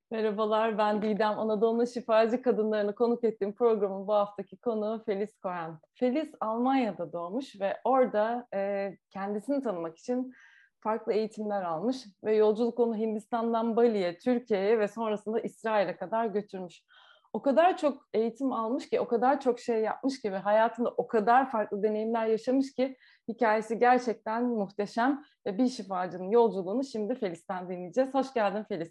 Merhabalar, ben Didem. Anadolu'nun şifacı kadınlarını konuk ettiğim programın bu haftaki konuğu Feliz Koyan. Feliz Almanya'da doğmuş ve orada kendisini tanımak için farklı eğitimler almış ve yolculuk onu Hindistan'dan Bali'ye, Türkiye'ye ve sonrasında İsrail'e kadar götürmüş. O kadar çok eğitim almış ki, o kadar çok şey yapmış ki ve hayatında o kadar farklı deneyimler yaşamış ki hikayesi gerçekten muhteşem ve bir şifacının yolculuğunu şimdi Feliz'ten dinleyeceğiz. Hoş geldin Feliz.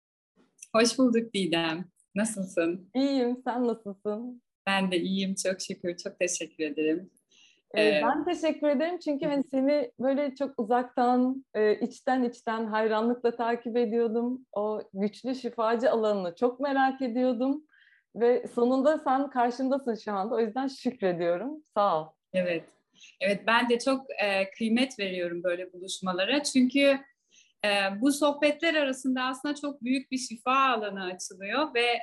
Hoş bulduk Didem. Nasılsın? İyiyim, sen nasılsın? Ben de iyiyim çok şükür. Çok teşekkür ederim. Ee, Ben teşekkür ederim çünkü hani seni böyle çok uzaktan, içten içten hayranlıkla takip ediyordum. O güçlü şifacı alanını çok merak ediyordum ve sonunda sen karşımdasın şu anda. O yüzden şükrediyorum. Sağ ol. evet. Evet ben de çok kıymet veriyorum böyle buluşmalara. Çünkü bu sohbetler arasında aslında çok büyük bir şifa alanı açılıyor ve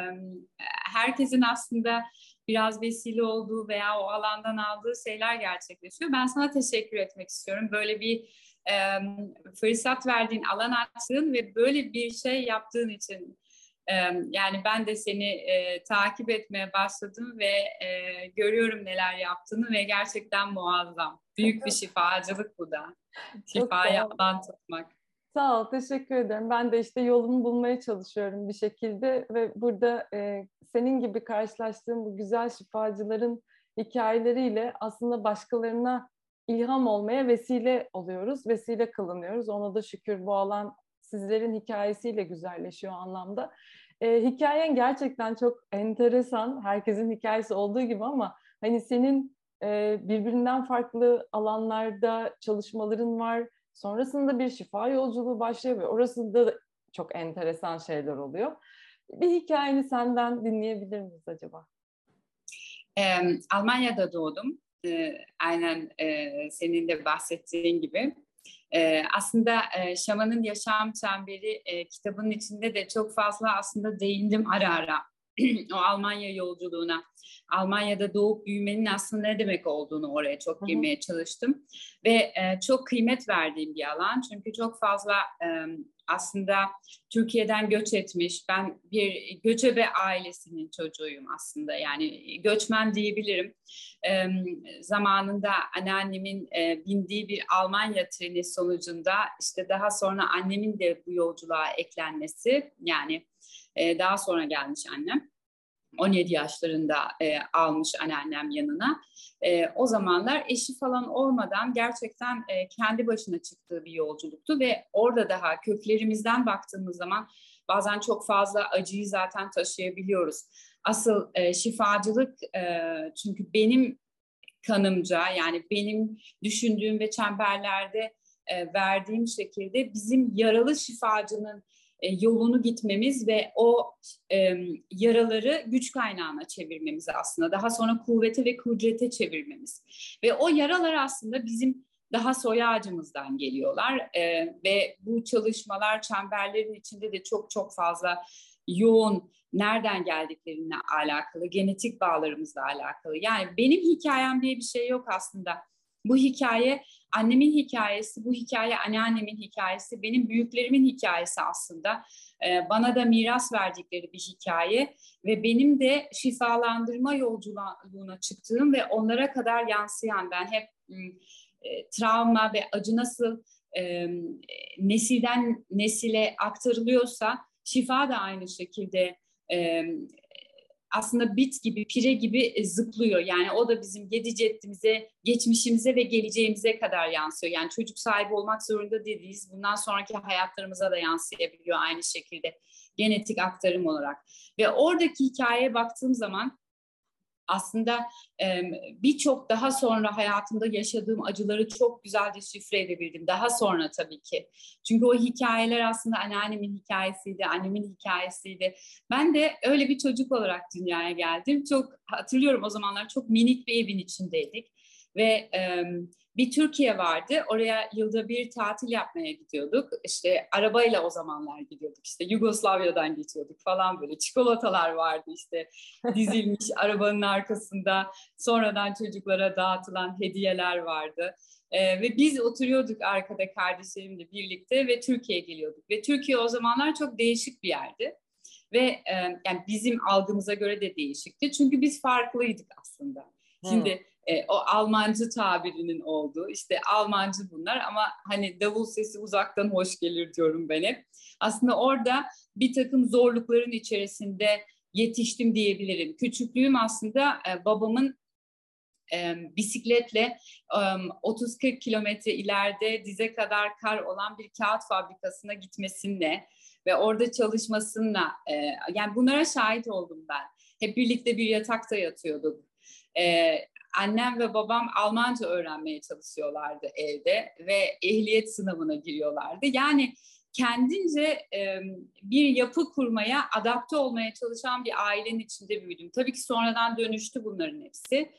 herkesin aslında biraz vesile olduğu veya o alandan aldığı şeyler gerçekleşiyor. Ben sana teşekkür etmek istiyorum. Böyle bir e, fırsat verdiğin, alan açtığın ve böyle bir şey yaptığın için. Yani ben de seni takip etmeye başladım ve görüyorum neler yaptığını ve gerçekten muazzam. Büyük bir şifacılık bu da. Çok sağ Şifaya ol. alan tutmak. Sağ ol, teşekkür ederim. Ben de işte yolumu bulmaya çalışıyorum bir şekilde ve burada senin gibi karşılaştığım bu güzel şifacıların hikayeleriyle aslında başkalarına ilham olmaya vesile oluyoruz, vesile kılınıyoruz. Ona da şükür bu alan sizlerin hikayesiyle güzelleşiyor o anlamda. Hikayen gerçekten çok enteresan, herkesin hikayesi olduğu gibi ama hani senin birbirinden farklı alanlarda çalışmaların var. Sonrasında bir şifa yolculuğu başlıyor ve orasında da çok enteresan şeyler oluyor. Bir hikayeni senden dinleyebilir miyiz acaba? Almanya'da doğdum. Aynen senin de bahsettiğin gibi. Aslında Şaman'ın Yaşam Çemberi kitabının içinde de çok fazla aslında değindim ara ara. O Almanya yolculuğuna, Almanya'da doğup büyümenin aslında ne demek olduğunu oraya Hı çok hı. girmeye çalıştım. Ve çok kıymet verdiğim bir alan. Çünkü çok fazla aslında Türkiye'den göç etmiş. Ben bir göçebe ailesinin çocuğuyum aslında. Yani göçmen diyebilirim. Zamanında anneannemin bindiği bir Almanya treni sonucunda işte daha sonra annemin de bu yolculuğa eklenmesi, yani daha sonra gelmiş annem. 17 yaşlarında almış anneannem yanına. O zamanlar eşi falan olmadan gerçekten kendi başına çıktığı bir yolculuktu ve orada daha köklerimizden baktığımız zaman bazen çok fazla acıyı zaten taşıyabiliyoruz. Asıl şifacılık, çünkü benim kanımca, yani benim düşündüğüm ve çemberlerde verdiğim şekilde bizim yaralı şifacının yolunu gitmemiz ve o yaraları güç kaynağına çevirmemiz aslında. Daha sonra kuvvete ve kudrete çevirmemiz. Ve o yaralar aslında bizim daha soy ağacımızdan geliyorlar. Ve bu çalışmalar çemberlerin içinde de çok çok fazla yoğun, nereden geldiklerine alakalı, genetik bağlarımızla alakalı. Yani benim hikayem diye bir şey yok aslında. Bu hikaye annemin hikayesi, bu hikaye anneannemin hikayesi, benim büyüklerimin hikayesi aslında. Bana da miras verdikleri bir hikaye ve benim de şifalandırma yolculuğuna çıktığım ve onlara kadar yansıyan, ben hep travma ve acı nasıl nesilden nesile aktarılıyorsa şifa da aynı şekilde aslında bit gibi, pire gibi zıplıyor. Yani o da bizim yedi ceddimize, geçmişimize ve geleceğimize kadar yansıyor. Yani çocuk sahibi olmak zorunda değiliz. Bundan sonraki hayatlarımıza da yansıyabiliyor aynı şekilde. Genetik aktarım olarak. Ve oradaki hikayeye baktığım zaman aslında birçok daha sonra hayatımda yaşadığım acıları çok güzel deşifre edebildim. Daha sonra tabii ki. Çünkü o hikayeler aslında anneannemin hikayesiydi, annemin hikayesiydi. Ben de öyle bir çocuk olarak dünyaya geldim. Çok hatırlıyorum, o zamanlar çok minik bir evin içindeydik. Ve bir Türkiye vardı. Oraya yılda bir tatil yapmaya gidiyorduk. İşte arabayla o zamanlar gidiyorduk. İşte Yugoslavya'dan geçiyorduk falan böyle. Çikolatalar vardı işte dizilmiş arabanın arkasında. Sonradan çocuklara dağıtılan hediyeler vardı. Ve biz oturuyorduk arkada kardeşlerimle birlikte ve Türkiye'ye geliyorduk. Ve Türkiye o zamanlar çok değişik bir yerdi. Ve yani bizim algımıza göre de değişikti. Çünkü biz farklıydık aslında. Şimdi o Almancı tabirinin olduğu, işte Almancı bunlar ama hani davul sesi uzaktan hoş gelir diyorum ben hep. Aslında orada bir takım zorlukların içerisinde yetiştim diyebilirim. Küçüklüğüm aslında babamın bisikletle 30-40 kilometre ileride dize kadar kar olan bir kağıt fabrikasına gitmesinle ve orada çalışmasınla, yani bunlara şahit oldum ben. Hep birlikte bir yatakta yatıyorduk. Annem ve babam Almanca öğrenmeye çalışıyorlardı evde ve ehliyet sınavına giriyorlardı. Yani kendince bir yapı kurmaya, adapte olmaya çalışan bir ailenin içinde büyüdüm. Tabii ki sonradan dönüştü bunların hepsi.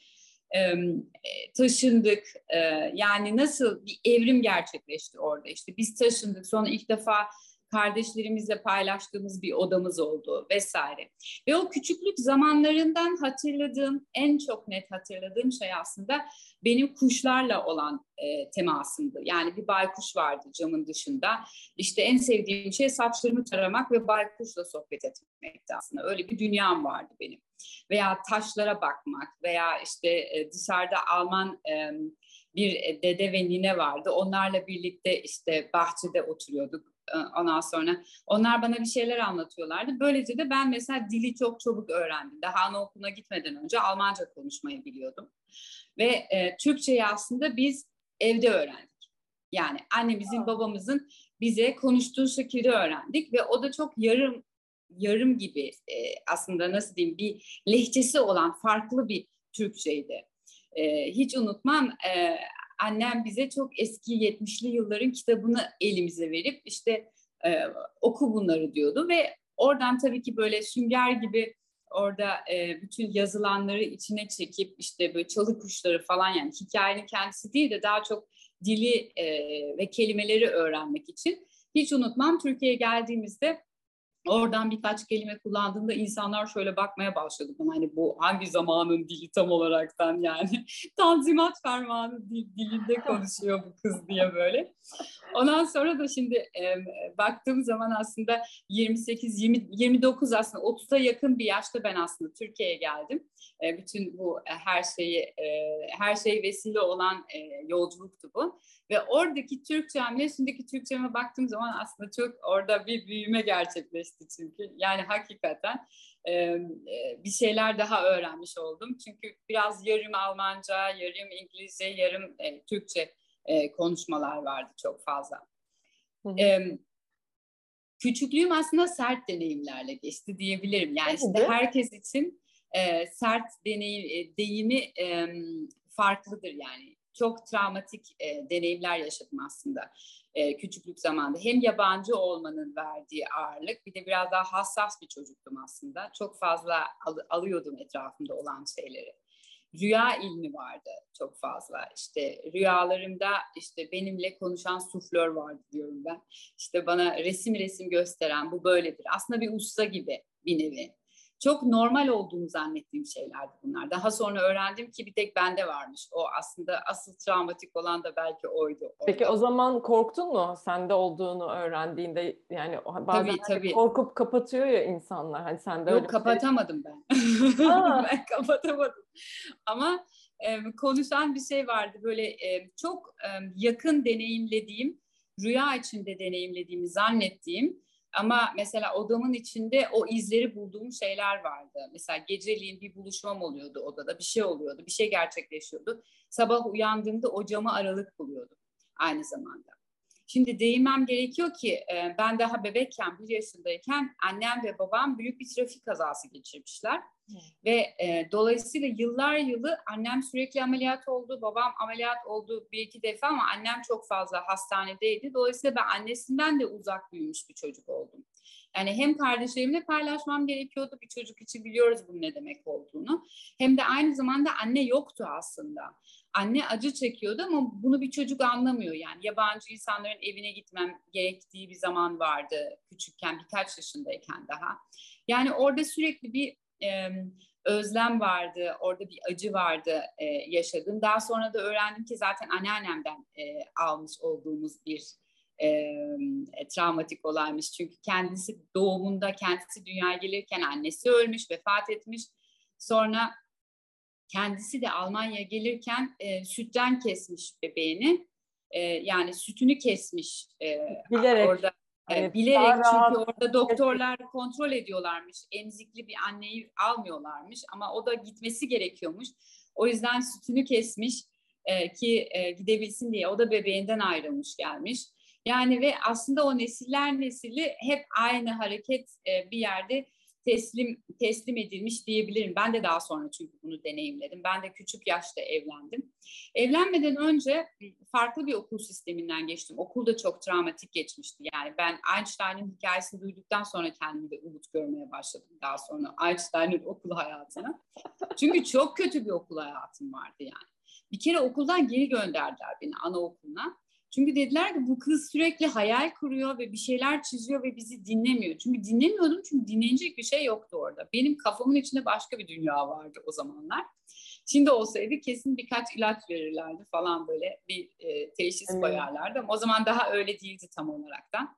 Taşındık, yani nasıl bir evrim gerçekleşti orada, işte biz taşındık, sonra ilk defa kardeşlerimizle paylaştığımız bir odamız oldu vesaire. Ve o küçüklük zamanlarından hatırladığım, en çok net hatırladığım şey aslında benim kuşlarla olan temasımdı. Yani bir baykuş vardı camın dışında. İşte en sevdiğim şey saçlarımı taramak ve baykuşla sohbet etmekti aslında. Öyle bir dünyam vardı benim. Veya taşlara bakmak veya işte dışarıda Alman bir dede ve nine vardı. Onlarla birlikte işte bahçede oturuyorduk. Ondan sonra onlar bana bir şeyler anlatıyorlardı. Böylece de ben mesela dili çok çabuk öğrendim. Daha anaokuluna gitmeden önce Almanca konuşmayı biliyordum. Ve Türkçeyi aslında biz evde öğrendik. Yani annemizin, babamızın bize konuştuğu şekilde öğrendik ve o da çok yarım gibi aslında nasıl diyeyim bir lehçesi olan farklı bir Türkçeydi. Hiç unutmam, annem bize çok eski 70'li yılların kitabını elimize verip işte oku bunları diyordu ve oradan tabii ki böyle sünger gibi orada bütün yazılanları içine çekip işte böyle çalı kuşları falan, yani hikayenin kendisi değil de daha çok dili ve kelimeleri öğrenmek için. Hiç unutmam, Türkiye'ye geldiğimizde oradan birkaç kelime kullandığında insanlar şöyle bakmaya başladı bana, hani bu hangi zamanın dili tam olaraktan, yani Tanzimat Fermanı dilinde konuşuyor bu kız diye böyle. Ondan sonra da şimdi baktığım zaman aslında 28-29, aslında 30'a yakın bir yaşta ben aslında Türkiye'ye geldim. Bütün bu her şey vesile olan yolculuktu bu. Ve oradaki Türkçemle şimdiki Türkçeme baktığım zaman aslında çok orada bir büyüme gerçekleşti çünkü. Yani hakikaten bir şeyler daha öğrenmiş oldum. Çünkü biraz yarım Almanca, yarım İngilizce, yarım Türkçe konuşmalar vardı çok fazla. Küçüklüğüm aslında sert deneyimlerle geçti diyebilirim. Yani şimdi herkes için sert deyimi farklıdır yani. Çok travmatik deneyimler yaşadım aslında küçüklük zamanında. Hem yabancı olmanın verdiği ağırlık, bir de biraz daha hassas bir çocuktum aslında. Çok fazla alıyordum etrafımda olan şeyleri. Rüya ilmi vardı çok fazla. İşte rüyalarımda işte benimle konuşan suflör vardı diyorum ben. İşte bana resim gösteren, bu böyledir. Aslında bir usta gibi bir nevi. Çok normal olduğunu zannettiğim şeylerdi bunlar. Daha sonra öğrendim ki bir tek bende varmış. O aslında asıl travmatik olan da belki oydu. Orada. Peki o zaman korktun mu sende olduğunu öğrendiğinde? Yani bazen tabii. Korkup kapatıyor ya insanlar. Hani sende öyle Yok, kapatamadım ben. Ben kapatamadım. Ama konuşan bir şey vardı. Böyle çok yakın deneyimlediğim, rüya içinde deneyimlediğimi zannettiğim ama mesela odamın içinde o izleri bulduğum şeyler vardı. Mesela geceliğin bir buluşmam oluyordu odada, bir şey oluyordu, bir şey gerçekleşiyordu. Sabah uyandığımda o cama aralık buluyordum aynı zamanda. Şimdi değinmem gerekiyor ki ben daha bebekken, 1 yaşındayken annem ve babam büyük bir trafik kazası geçirmişler. Ve dolayısıyla yıllar yılı annem sürekli ameliyat oldu, babam ameliyat oldu 1-2 defa ama annem çok fazla hastanedeydi. Dolayısıyla ben annesinden de uzak büyümüş bir çocuk oldum. Yani hem kardeşlerimle paylaşmam gerekiyordu, bir çocuk için biliyoruz bunun ne demek olduğunu. Hem de aynı zamanda anne yoktu aslında. Anne acı çekiyordu ama bunu bir çocuk anlamıyor yani. Yabancı insanların evine gitmem gerektiği bir zaman vardı küçükken, birkaç yaşındayken daha. Yani orada sürekli bir özlem vardı, orada bir acı vardı yaşadım. Daha sonra da öğrendim ki zaten anneannemden almış olduğumuz bir travmatik olaymış. Çünkü kendisi doğumunda, kendisi dünyaya gelirken annesi ölmüş, vefat etmiş. Sonra kendisi de Almanya'ya gelirken sütten kesmiş bebeğini. Yani sütünü kesmiş Bilerek. orada. Hani daha Bilerek, çünkü rahat. orada doktorlar kontrol ediyorlarmış. Emzikli bir anneyi almıyorlarmış ama o da gitmesi gerekiyormuş. O yüzden sütünü kesmiş ki gidebilsin diye. O da bebeğinden ayrılmış gelmiş. Yani ve aslında o nesiller nesili hep aynı hareket bir yerde teslim edilmiş diyebilirim. Ben de daha sonra çünkü bunu deneyimledim. Ben de küçük yaşta evlendim. Evlenmeden önce farklı bir okul sisteminden geçtim. Okul da çok travmatik geçmişti. Yani ben Einstein'ın hikayesini duyduktan sonra kendimde umut görmeye başladım daha sonra Einstein'ın okul hayatına. Çünkü çok kötü bir okul hayatım vardı yani. Bir kere okuldan geri gönderdiler beni anaokuluna. Çünkü dediler ki bu kız sürekli hayal kuruyor ve bir şeyler çiziyor ve bizi dinlemiyor. Çünkü dinlemiyordum, çünkü dinlenecek bir şey yoktu orada. Benim kafamın içinde başka bir dünya vardı o zamanlar. Şimdi olsaydı kesin birkaç ilaç verirlerdi falan, böyle bir teşhis koyarlardı. Ama o zaman daha öyle değildi tam olaraktan.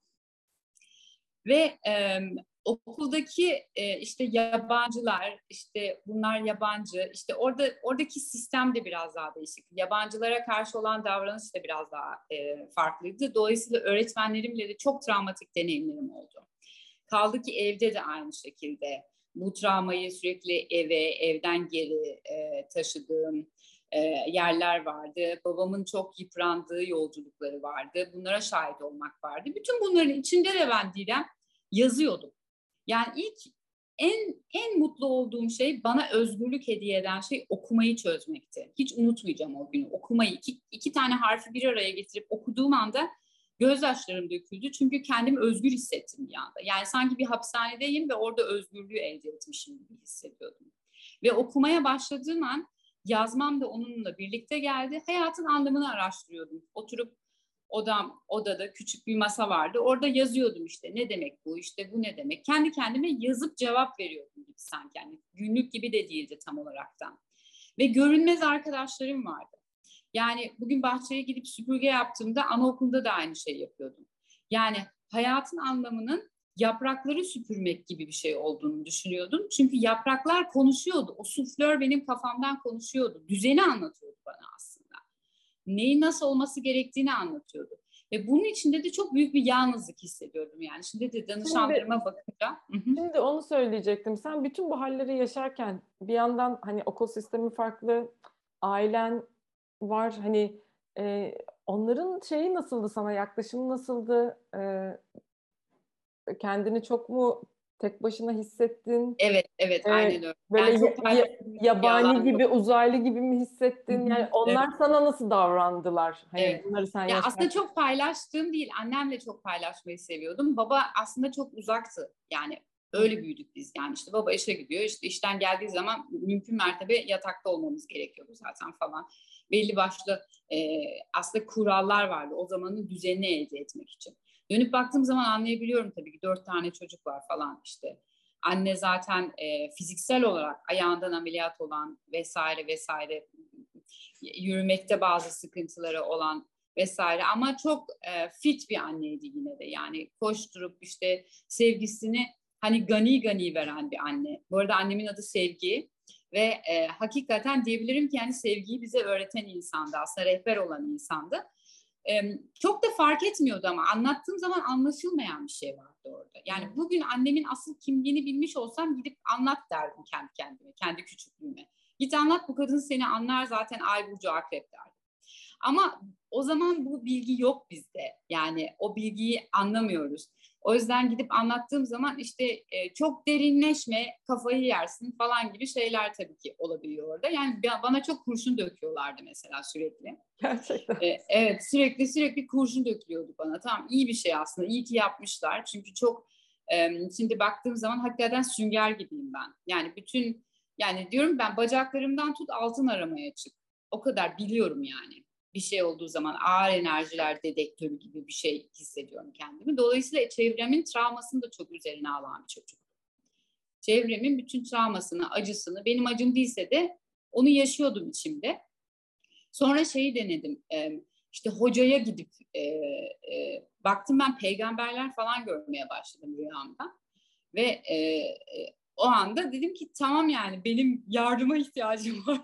Ve okuldaki işte yabancılar, işte bunlar yabancı, işte oradaki sistem de biraz daha değişik. Yabancılara karşı olan davranış da biraz daha farklıydı. Dolayısıyla öğretmenlerimle de çok travmatik deneyimlerim oldu. Kaldı ki evde de aynı şekilde bu travmayı sürekli evden geri taşıdığım yerler vardı. Babamın çok yıprandığı yolculukları vardı. Bunlara şahit olmak vardı. Bütün bunların içinde de ben Didem yazıyordum. Yani ilk en mutlu olduğum şey, bana özgürlük hediye eden şey okumayı çözmekti. Hiç unutmayacağım o günü. Okumayı, iki tane harfi bir araya getirip okuduğum anda gözyaşlarım döküldü. Çünkü kendimi özgür hissettim bir anda. Yani sanki bir hapishanedeyim ve orada özgürlüğü elde etmişim gibi hissediyordum. Ve okumaya başladığım an yazmam da onunla birlikte geldi. Hayatın anlamını araştırıyordum. Oturup odada küçük bir masa vardı. Orada yazıyordum işte, ne demek bu, işte bu ne demek. Kendi kendime yazıp cevap veriyordum gibi sanki. Yani günlük gibi de değildi tam olaraktan. Ve görünmez arkadaşlarım vardı. Yani bugün bahçeye gidip süpürge yaptığımda anaokulunda da aynı şeyi yapıyordum. Yani hayatın anlamının yaprakları süpürmek gibi bir şey olduğunu düşünüyordum. Çünkü yapraklar konuşuyordu. O suflör benim kafamdan konuşuyordu. Düzeni anlatıyordu bana aslında. Neyin nasıl olması gerektiğini anlatıyordu. Ve bunun içinde de çok büyük bir yalnızlık hissediyordum yani. Şimdi de danışanlarıma bakınca. Şimdi onu söyleyecektim. Sen bütün bu halleri yaşarken bir yandan hani okul sistemi farklı, ailen var. Hani onların şeyi nasıldı sana, yaklaşımı nasıldı? Kendini çok mu tek başına hissettin? Evet, aynen öyle. Böyle Yani çok paylaşılmış bir yabani alan yok. gibi, uzaylı gibi mi hissettin? Yani Evet. onlar sana nasıl davrandılar? Hani Evet. bunları sen Ya aslında yaşarken. çok paylaştığım değil, annemle çok paylaşmayı seviyordum. Baba aslında çok uzaktı. Yani öyle büyüdük biz. Yani işte baba işe gidiyor, işte işten geldiği zaman mümkün mertebe yatakta olmamız gerekiyordu zaten falan. Belli başlı aslında kurallar vardı o zamanın düzenini elde etmek için. Dönüp baktığım zaman anlayabiliyorum tabii ki, 4 tane çocuk var falan işte. Anne zaten fiziksel olarak ayağından ameliyat olan vesaire vesaire, yürümekte bazı sıkıntıları olan vesaire, ama çok fit bir anneydi yine de. Yani koşturup işte sevgisini hani gani gani veren bir anne. Bu arada annemin adı Sevgi ve hakikaten diyebilirim ki yani sevgiyi bize öğreten insandı, aslında rehber olan insandı. Çok da fark etmiyordu ama anlattığım zaman anlaşılmayan bir şey vardı orada. Yani bugün annemin asıl kimliğini bilmiş olsam gidip anlat derdim kendi kendime, kendi küçüklüğüme. Git anlat, bu kadın seni anlar zaten, Ay burcu akrep derdim. Ama o zaman bu bilgi yok bizde. Yani o bilgiyi anlamıyoruz. O yüzden gidip anlattığım zaman işte çok derinleşme, kafayı yersin falan gibi şeyler tabii ki olabiliyor orada. Yani bana çok kurşun döküyorlardı mesela sürekli. Gerçekten. Evet, sürekli kurşun dökülüyordu bana. Tamam, iyi bir şey aslında. İyi ki yapmışlar. Çünkü çok şimdi baktığım zaman hakikaten sünger gibiyim ben. Yani yani diyorum ben, bacaklarımdan tut altın aramaya çık. O kadar biliyorum yani. Bir şey olduğu zaman ağır enerjiler dedektörü gibi bir şey hissediyorum kendimi. Dolayısıyla çevremin travmasını da çok üzerine alan bir çocuk. çevremin bütün travmasını, acısını, benim acım değilse de onu yaşıyordum içimde. Sonra şeyi denedim, işte hocaya gidip baktım, ben peygamberler falan görmeye başladım rüyamda. Ve o anda dedim ki tamam, yani benim yardıma ihtiyacım var.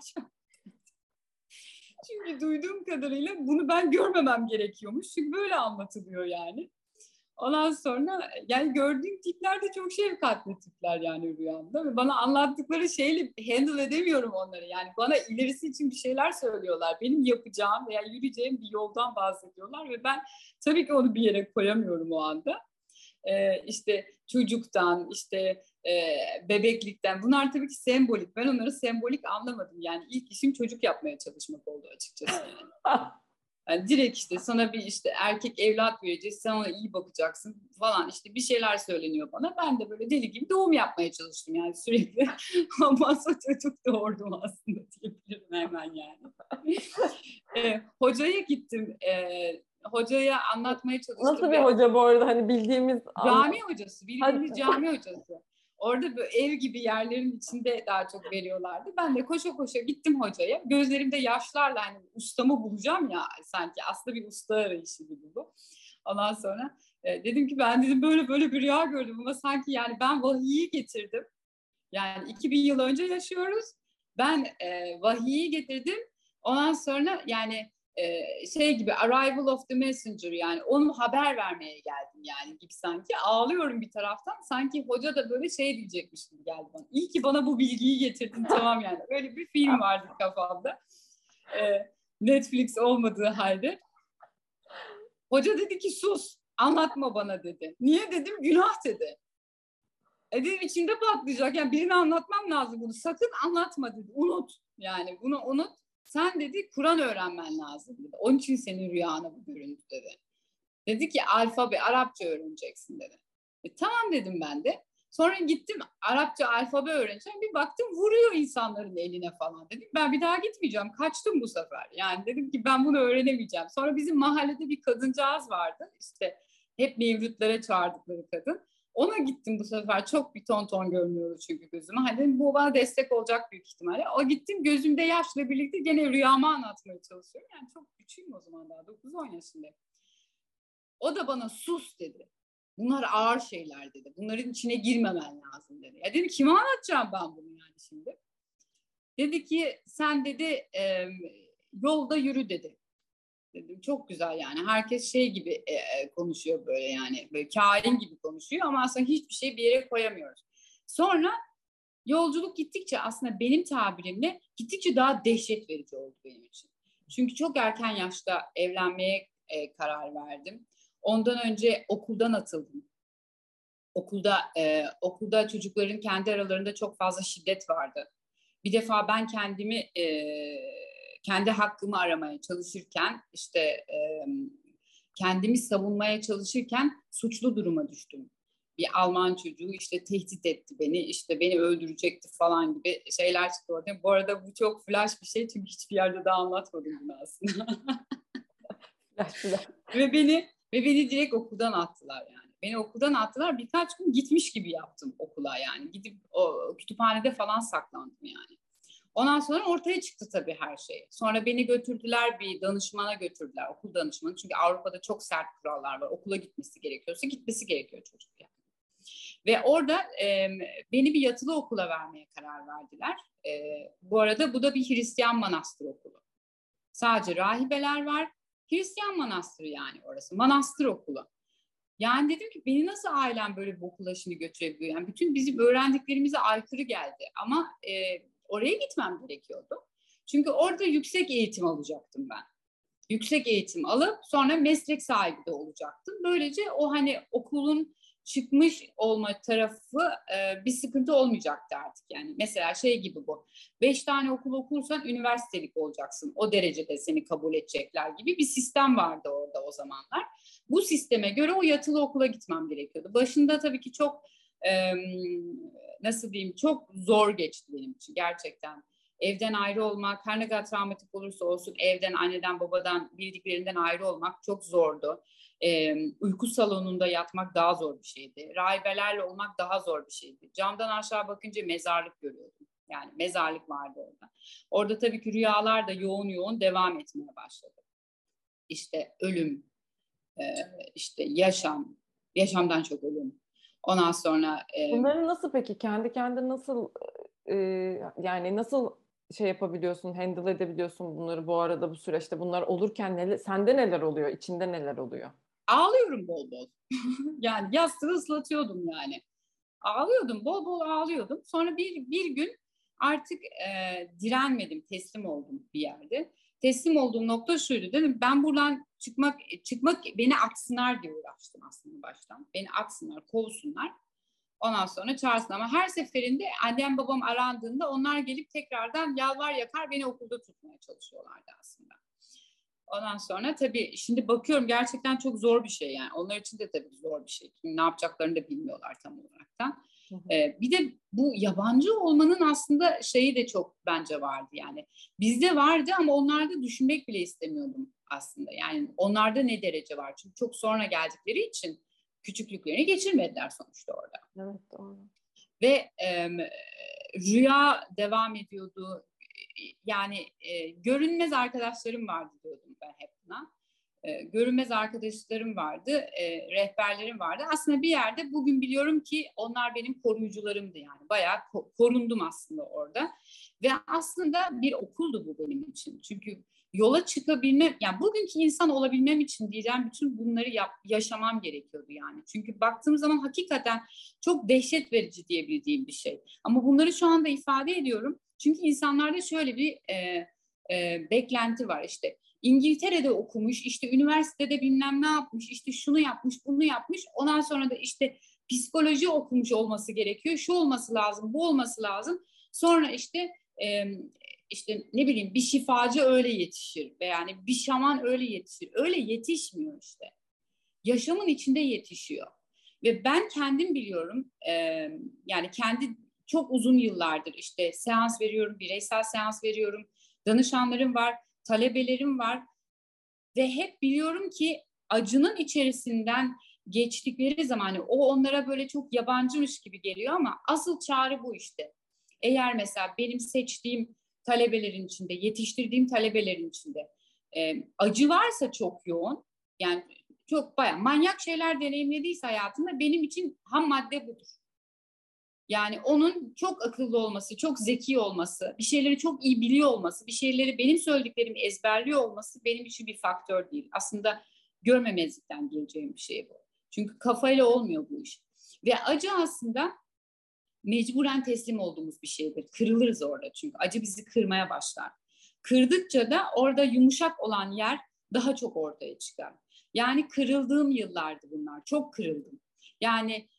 Çünkü duyduğum kadarıyla bunu ben görmemem gerekiyormuş. Çünkü böyle anlatılıyor yani. Ondan sonra yani gördüğüm tipler de çok şefkatli tipler yani rüyamda. Ve bana anlattıkları şeyle handle edemiyorum onları. Yani bana ilerisi için bir şeyler söylüyorlar. Benim yapacağım veya yürüyeceğim bir yoldan bahsediyorlar. Ve ben tabii ki onu bir yere koyamıyorum o anda. İşte çocuktan, işte bebeklikten. Bunlar tabii ki sembolik. Ben onları sembolik anlamadım. Yani ilk işim çocuk yapmaya çalışmak oldu açıkçası. Yani. Yani direkt işte sana bir işte erkek evlat vereceğiz, sen ona iyi bakacaksın falan, işte bir şeyler söyleniyor bana. Ben de böyle deli gibi doğum yapmaya çalıştım yani sürekli. Ama sonra çocuk doğurdum aslında diyebilirim hemen yani. Hocaya gittim. Hocaya anlatmaya çalıştım. Nasıl bir hoca bu arada, hani bildiğimiz... Cami hocası, bildiğimiz cami hocası. Orada böyle ev gibi yerlerin içinde daha çok veriyorlardı. Ben de koşa koşa gittim hocaya. Gözlerimde yaşlarla, hani ustamı bulacağım ya sanki. Aslında bir usta arayışı gibi bu. Ondan sonra dedim ki ben dedim böyle böyle bir rüya gördüm ama sanki yani ben vahiyi getirdim. Yani 2000 yıl önce yaşıyoruz. Ben vahiyi getirdim. Ondan sonra yani şey gibi, arrival of the messenger, yani onu haber vermeye geldim yani gibi sanki. Ağlıyorum bir taraftan. Sanki hoca da böyle şey diyecekmiş gibi geldi bana. İyi ki bana bu bilgiyi getirdin, tamam yani. Öyle bir film vardı kafamda. Netflix olmadığı halde. Hoca dedi ki sus, anlatma bana dedi. Niye dedim, günah dedi. Dedim içimde patlayacak. Yani birine anlatmam lazım bunu. Sakın anlatma dedi. Unut. Yani bunu unut. Sen dedi Kur'an öğrenmen lazım dedi. Onun için senin rüyana bu göründü dedi. Dedi ki alfabe, Arapça öğreneceksin dedi. Tamam dedim ben de. Sonra gittim Arapça alfabe öğreneceğim. Bir baktım vuruyor insanların eline falan. Dedim ben bir daha gitmeyeceğim. Kaçtım bu sefer. Yani dedim ki ben bunu öğrenemeyeceğim. Sonra bizim mahallede bir kadıncağız vardı. İşte hep mevlütlere çağırdıkları kadın. Ona gittim bu sefer. Çok bir ton görünüyordu çünkü gözüme. Hani bu bana destek olacak büyük ihtimalle. O gittim, gözümde yaşla birlikte gene rüyamı anlatmaya çalışıyorum. Yani çok küçüğüm o zaman, daha 9-10 yaşındayım. O da bana sus dedi. Bunlar ağır şeyler dedi. Bunların içine girmemen lazım dedi. Ya dedim kime anlatacağım ben bunu yani şimdi? Dedi ki sen dedi yolda yürü dedi. Dedim çok güzel yani. Herkes şey gibi konuşuyor böyle yani. Böyle kain gibi konuşuyor ama aslında hiçbir şey bir yere koyamıyoruz. Sonra yolculuk gittikçe, aslında benim tabirimle gittikçe daha dehşet verici oldu benim için. Çünkü çok erken yaşta evlenmeye karar verdim. Ondan önce okuldan atıldım. Okulda çocukların kendi aralarında çok fazla şiddet vardı. Bir defa ben kendi hakkımı aramaya çalışırken, işte kendimi savunmaya çalışırken suçlu duruma düştüm. Bir Alman çocuğu işte tehdit etti beni, işte beni öldürecekti falan gibi şeyler çıktı ortaya. Bu arada bu çok flash bir şey çünkü hiçbir yerde daha anlatmadım bunu aslında. ve beni direkt okuldan attılar yani. Beni okuldan attılar, birkaç gün gitmiş gibi yaptım okula yani. Gidip o kütüphanede falan saklandım yani. Ondan sonra ortaya çıktı tabii her şey. Sonra beni götürdüler, bir danışmana götürdüler, okul danışmanı. Çünkü Avrupa'da çok sert kurallar var. Okula gitmesi gerekiyorsa gitmesi gerekiyor çocuk yani. Ve orada beni bir yatılı okula vermeye karar verdiler. Bu arada bu da bir Hristiyan manastır okulu. Sadece rahibeler var. Hristiyan manastırı yani orası. Manastır okulu. Yani dedim ki beni nasıl ailem böyle bir okula şimdi götürebiliyor? Yani bütün bizim öğrendiklerimize aykırı geldi. Ama oraya gitmem gerekiyordu. Çünkü orada yüksek eğitim alacaktım ben. Yüksek eğitim alıp sonra meslek sahibi de olacaktım. Böylece o hani okulun çıkmış olma tarafı bir sıkıntı olmayacaktı artık yani. Mesela şey gibi bu. 5 tane okul okursan üniversitelik olacaksın. O derecede seni kabul edecekler gibi bir sistem vardı orada o zamanlar. Bu sisteme göre o yatılı okula gitmem gerekiyordu. Başında tabii ki çok nasıl diyeyim, çok zor geçti benim için gerçekten. Evden ayrı olmak, her ne kadar travmatik olursa olsun evden, anneden, babadan, bildiklerinden ayrı olmak çok zordu. Uyku salonunda yatmak daha zor bir şeydi. Rahibelerle olmak daha zor bir şeydi. Camdan aşağı bakınca mezarlık görüyordum. Yani mezarlık vardı orada. Orada tabii ki rüyalar da yoğun yoğun devam etmeye başladı. İşte ölüm, işte yaşam, yaşamdan çok ölüm. Ondan sonra... Bunları nasıl peki? Kendi kendine nasıl yani nasıl şey yapabiliyorsun, handle edebiliyorsun bunları bu arada, bu süreçte bunlar olurken sende neler oluyor, içinde neler oluyor? Ağlıyorum bol bol. Yani yastığı ıslatıyordum yani. Ağlıyordum, bol bol ağlıyordum. Sonra bir gün artık direnmedim, teslim oldum bir yerde. Teslim olduğum nokta şuydu, dedim ben buradan çıkmak beni atsınlar diye uğraştım aslında baştan. Beni atsınlar, kovsunlar. Ondan sonra çağırsın, ama her seferinde annem babam arandığında onlar gelip tekrardan yalvar yakar beni okulda tutmaya çalışıyorlardı aslında. Ondan sonra tabii şimdi bakıyorum gerçekten çok zor bir şey yani. Onlar için de tabii zor bir şey. Ne yapacaklarını da bilmiyorlar tam olaraktan. Bir de bu yabancı olmanın aslında şeyi de çok bence vardı yani. Bizde vardı ama onlarda düşünmek bile istemiyordum aslında. Yani onlarda ne derece var? Çünkü çok sonra geldikleri için küçüklüklerini geçirmediler sonuçta orada. Evet, doğru. Ve rüya devam ediyordu. Yani görünmez arkadaşlarım vardı diyordum ben hep buna. Görünmez arkadaşlarım vardı, rehberlerim vardı. Aslında bir yerde bugün biliyorum ki onlar benim koruyucularımdı yani. Bayağı korundum aslında orada. Ve aslında bir okuldu bu benim için. Çünkü yola çıkabilmem, yani bugünkü insan olabilmem için diyeceğim bütün bunları yaşamam gerekiyordu yani. Çünkü baktığım zaman hakikaten çok dehşet verici diyebildiğim bir şey. Ama bunları şu anda ifade ediyorum. Çünkü insanlarda şöyle bir beklenti var işte. İngiltere'de okumuş, işte üniversitede bilmem ne yapmış, işte şunu yapmış, bunu yapmış. Ondan sonra da işte psikoloji okumuş olması gerekiyor. Şu olması lazım, bu olması lazım. Sonra işte ne bileyim bir şifacı öyle yetişir ve yani bir şaman öyle yetişir. Öyle yetişmiyor işte. Yaşamın içinde yetişiyor. Ve ben kendim biliyorum, yani kendi çok uzun yıllardır işte seans veriyorum, bireysel seans veriyorum, danışanlarım var, talebelerim var ve hep biliyorum ki acının içerisinden geçtikleri zaman hani o onlara böyle çok yabancımış gibi geliyor ama asıl çare bu işte. Eğer mesela benim seçtiğim talebelerin içinde, yetiştirdiğim talebelerin içinde acı varsa çok yoğun, yani çok bayağı manyak şeyler deneyimlediyse hayatında benim için ham madde budur. Yani onun çok akıllı olması, çok zeki olması, bir şeyleri çok iyi biliyor olması, bir şeyleri benim söylediklerimi ezberliyor olması benim için bir faktör değil. Aslında görmemezlikten geleceğim bir şey bu. Çünkü kafayla olmuyor bu iş. Ve acı aslında mecburen teslim olduğumuz bir şeydir. Kırılırız orada çünkü acı bizi kırmaya başlar. Kırdıkça da orada yumuşak olan yer daha çok ortaya çıkar. Yani kırıldığım yıllardı bunlar. Çok kırıldım. Yani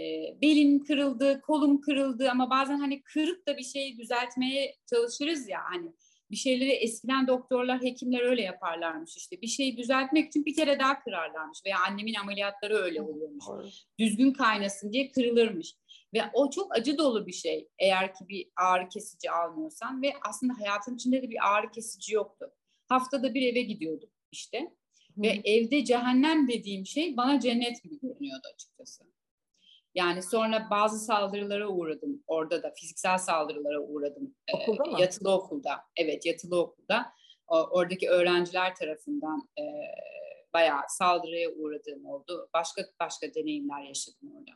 belim kırıldı, kolum kırıldı ama bazen hani kırıp da bir şeyi düzeltmeye çalışırız ya hani bir şeyleri eskiden doktorlar, hekimler öyle yaparlarmış işte. Bir şeyi düzeltmek için bir kere daha kırarlarmış veya annemin ameliyatları öyle oluyormuş. Düzgün kaynasın diye kırılırmış. Ve o çok acı dolu bir şey eğer ki bir ağrı kesici almıyorsan ve aslında hayatım içinde de bir ağrı kesici yoktu. Haftada bir eve gidiyordum işte. Ve evde cehennem dediğim şey bana cennet gibi görünüyordu açıkçası. Yani sonra bazı saldırılara uğradım. Orada da fiziksel saldırılara uğradım. Okulda mı? Yatılı okulda. Evet, yatılı okulda. Oradaki öğrenciler tarafından bayağı saldırıya uğradığım oldu. Başka deneyimler yaşadım orada.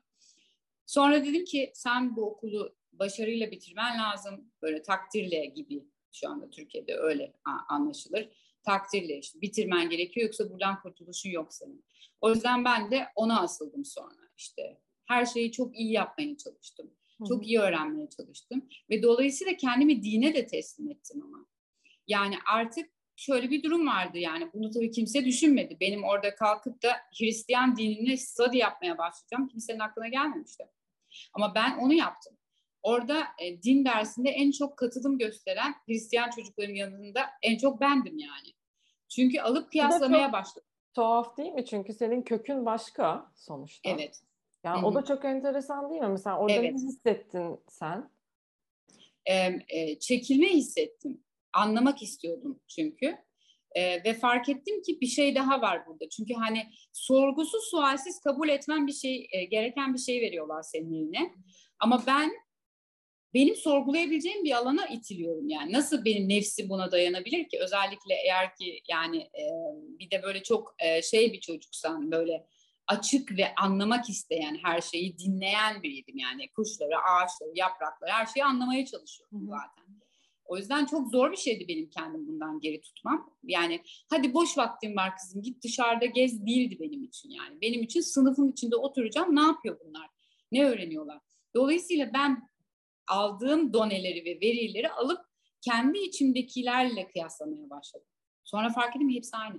Sonra dedim ki sen bu okulu başarıyla bitirmen lazım. Böyle takdirle gibi şu anda Türkiye'de öyle anlaşılır. Takdirle işte bitirmen gerekiyor yoksa buradan kurtuluşun yok senin. O yüzden ben de ona asıldım sonra işte. Her şeyi çok iyi yapmaya çalıştım. Çok iyi öğrenmeye çalıştım. Ve dolayısıyla kendimi dine de teslim ettim ama. Yani artık şöyle bir durum vardı yani bunu tabii kimse düşünmedi. Benim orada kalkıp da Hristiyan dinini study yapmaya başlayacağım. Kimsenin aklına gelmemişti. Ama ben onu yaptım. Orada din dersinde en çok katılım gösteren Hristiyan çocukların yanında en çok bendim yani. Çünkü alıp kıyaslamaya başladım. Tuhaf değil mi? Çünkü senin kökün başka sonuçta. Evet. Yani o da çok enteresan değil mi? Mesela orada ne hissettin sen? Çekilme hissettim. Anlamak istiyordum çünkü. Ve fark ettim ki bir şey daha var burada. Çünkü hani sorgusuz sualsiz kabul etmen bir şey, gereken bir şey veriyorlar senin eline. Ama benim sorgulayabileceğim bir alana itiliyorum yani. Nasıl benim nefsim buna dayanabilir ki? Özellikle eğer ki yani bir de böyle çok şey bir çocuksan, böyle açık ve anlamak isteyen, her şeyi dinleyen biriydim yani. Kuşları, ağaçları, yaprakları, her şeyi anlamaya çalışıyordum zaten. O yüzden çok zor bir şeydi benim kendim bundan geri tutmam. Yani hadi boş vaktim var kızım, git dışarıda gez değildi benim için yani. Benim için sınıfın içinde oturacağım, ne yapıyor bunlar? Ne öğreniyorlar? Dolayısıyla ben aldığım doneleri ve verileri alıp kendi içimdekilerle kıyaslamaya başladım. Sonra fark ettim ki hepsi aynı.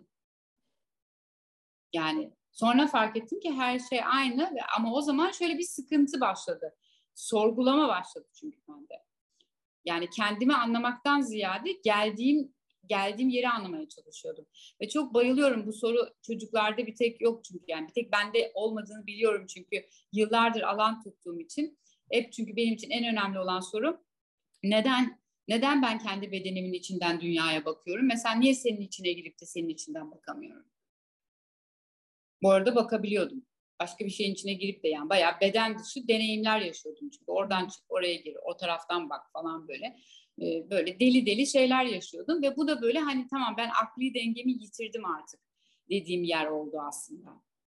Yani sonra fark ettim ki her şey aynı ama o zaman şöyle bir sıkıntı başladı. Sorgulama başladı çünkü bende. Yani kendimi anlamaktan ziyade geldiğim yeri anlamaya çalışıyordum. Ve çok bayılıyorum, bu soru çocuklarda bir tek yok çünkü, yani bir tek bende olmadığını biliyorum çünkü yıllardır alan tuttuğum için. Hep çünkü benim için en önemli olan soru neden ben kendi bedenimin içinden dünyaya bakıyorum? Mesela niye senin içine girip de senin içinden bakamıyorum? Bu arada bakabiliyordum. Başka bir şeyin içine girip de yani bayağı beden dışı deneyimler yaşıyordum çünkü. Oradan çık, oraya gir, o taraftan bak falan böyle. Böyle deli deli şeyler yaşıyordum ve bu da böyle hani tamam ben akli dengemi yitirdim artık dediğim yer oldu aslında.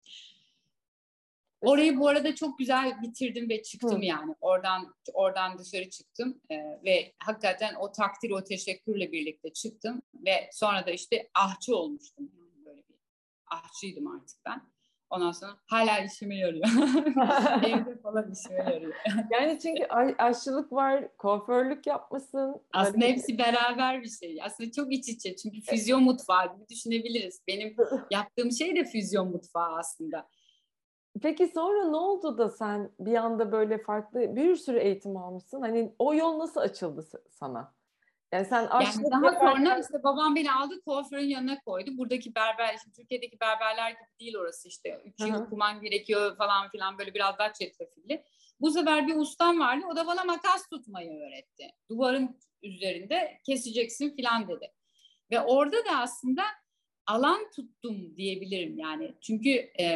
Orayı bu arada çok güzel bitirdim ve çıktım yani. Oradan dışarı çıktım ve hakikaten o takdir, o teşekkürle birlikte çıktım ve sonra da işte ahçı olmuştum. Yani böyle bir ahçıydım artık ben. Ondan sonra hala işime yarıyor. Evde falan işime yarıyor. Yani çünkü aşçılık var, kuaförlük yapmışsın. Aslında hepsi beraber bir şey. Aslında çok iç içe. Çünkü füzyon mutfağı gibi düşünebiliriz. Benim yaptığım şey de füzyon mutfağı aslında. Peki sonra ne oldu da sen bir anda böyle farklı bir sürü eğitim almışsın? Hani o yol nasıl açıldı sana? Yani sen Yani aşçılık daha sonra yaparken... işte babam beni aldı kuaförün yanına koydu. Buradaki berber, şimdi Türkiye'deki berberler gibi değil orası işte. 3 yıl okuman gerekiyor falan filan, böyle biraz daha çetrefilli. Bu sefer bir ustam vardı. O da bana makas tutmayı öğretti. Duvarın üzerinde keseceksin filan dedi. Ve orada da aslında alan tuttum diyebilirim yani. Çünkü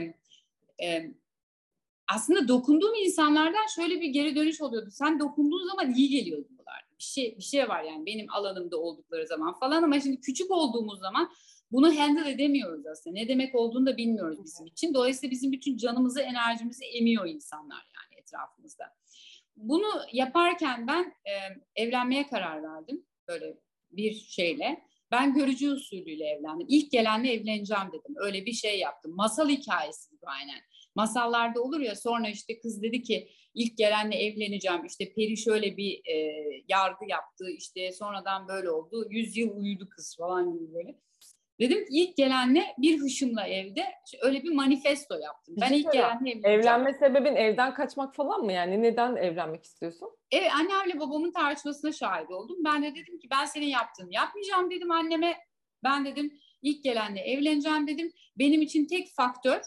aslında dokunduğum insanlardan şöyle bir geri dönüş oluyordu. Sen dokunduğun zaman iyi geliyor diyorlar. Bir şey var yani benim alanımda oldukları zaman falan, ama şimdi küçük olduğumuz zaman bunu handle edemiyoruz aslında. Ne demek olduğunu da bilmiyoruz bizim için. Dolayısıyla bizim bütün canımızı, enerjimizi emiyor insanlar yani etrafımızda. Bunu yaparken ben evlenmeye karar verdim. Böyle bir şeyle. Ben görücü usulüyle evlendim. İlk gelenle evleneceğim dedim. Öyle bir şey yaptım. Masal hikayesi gibi aynen. Masallarda olur ya, sonra işte kız dedi ki ilk gelenle evleneceğim, işte peri şöyle bir yargı yaptı, işte sonradan böyle oldu, 100 yıl uyudu kız falan gibi böyle. Dedim ki ilk gelenle bir hışımla evde öyle bir manifesto yaptım. Ben ilk gelenle evleneceğim. Evlenme sebebin evden kaçmak falan mı yani? Neden evlenmek istiyorsun? Evet, annemle babamın tartışmasına şahit oldum. Ben de dedim ki ben senin yaptığını yapmayacağım dedim anneme. Ben dedim ilk gelenle evleneceğim dedim. Benim için tek faktör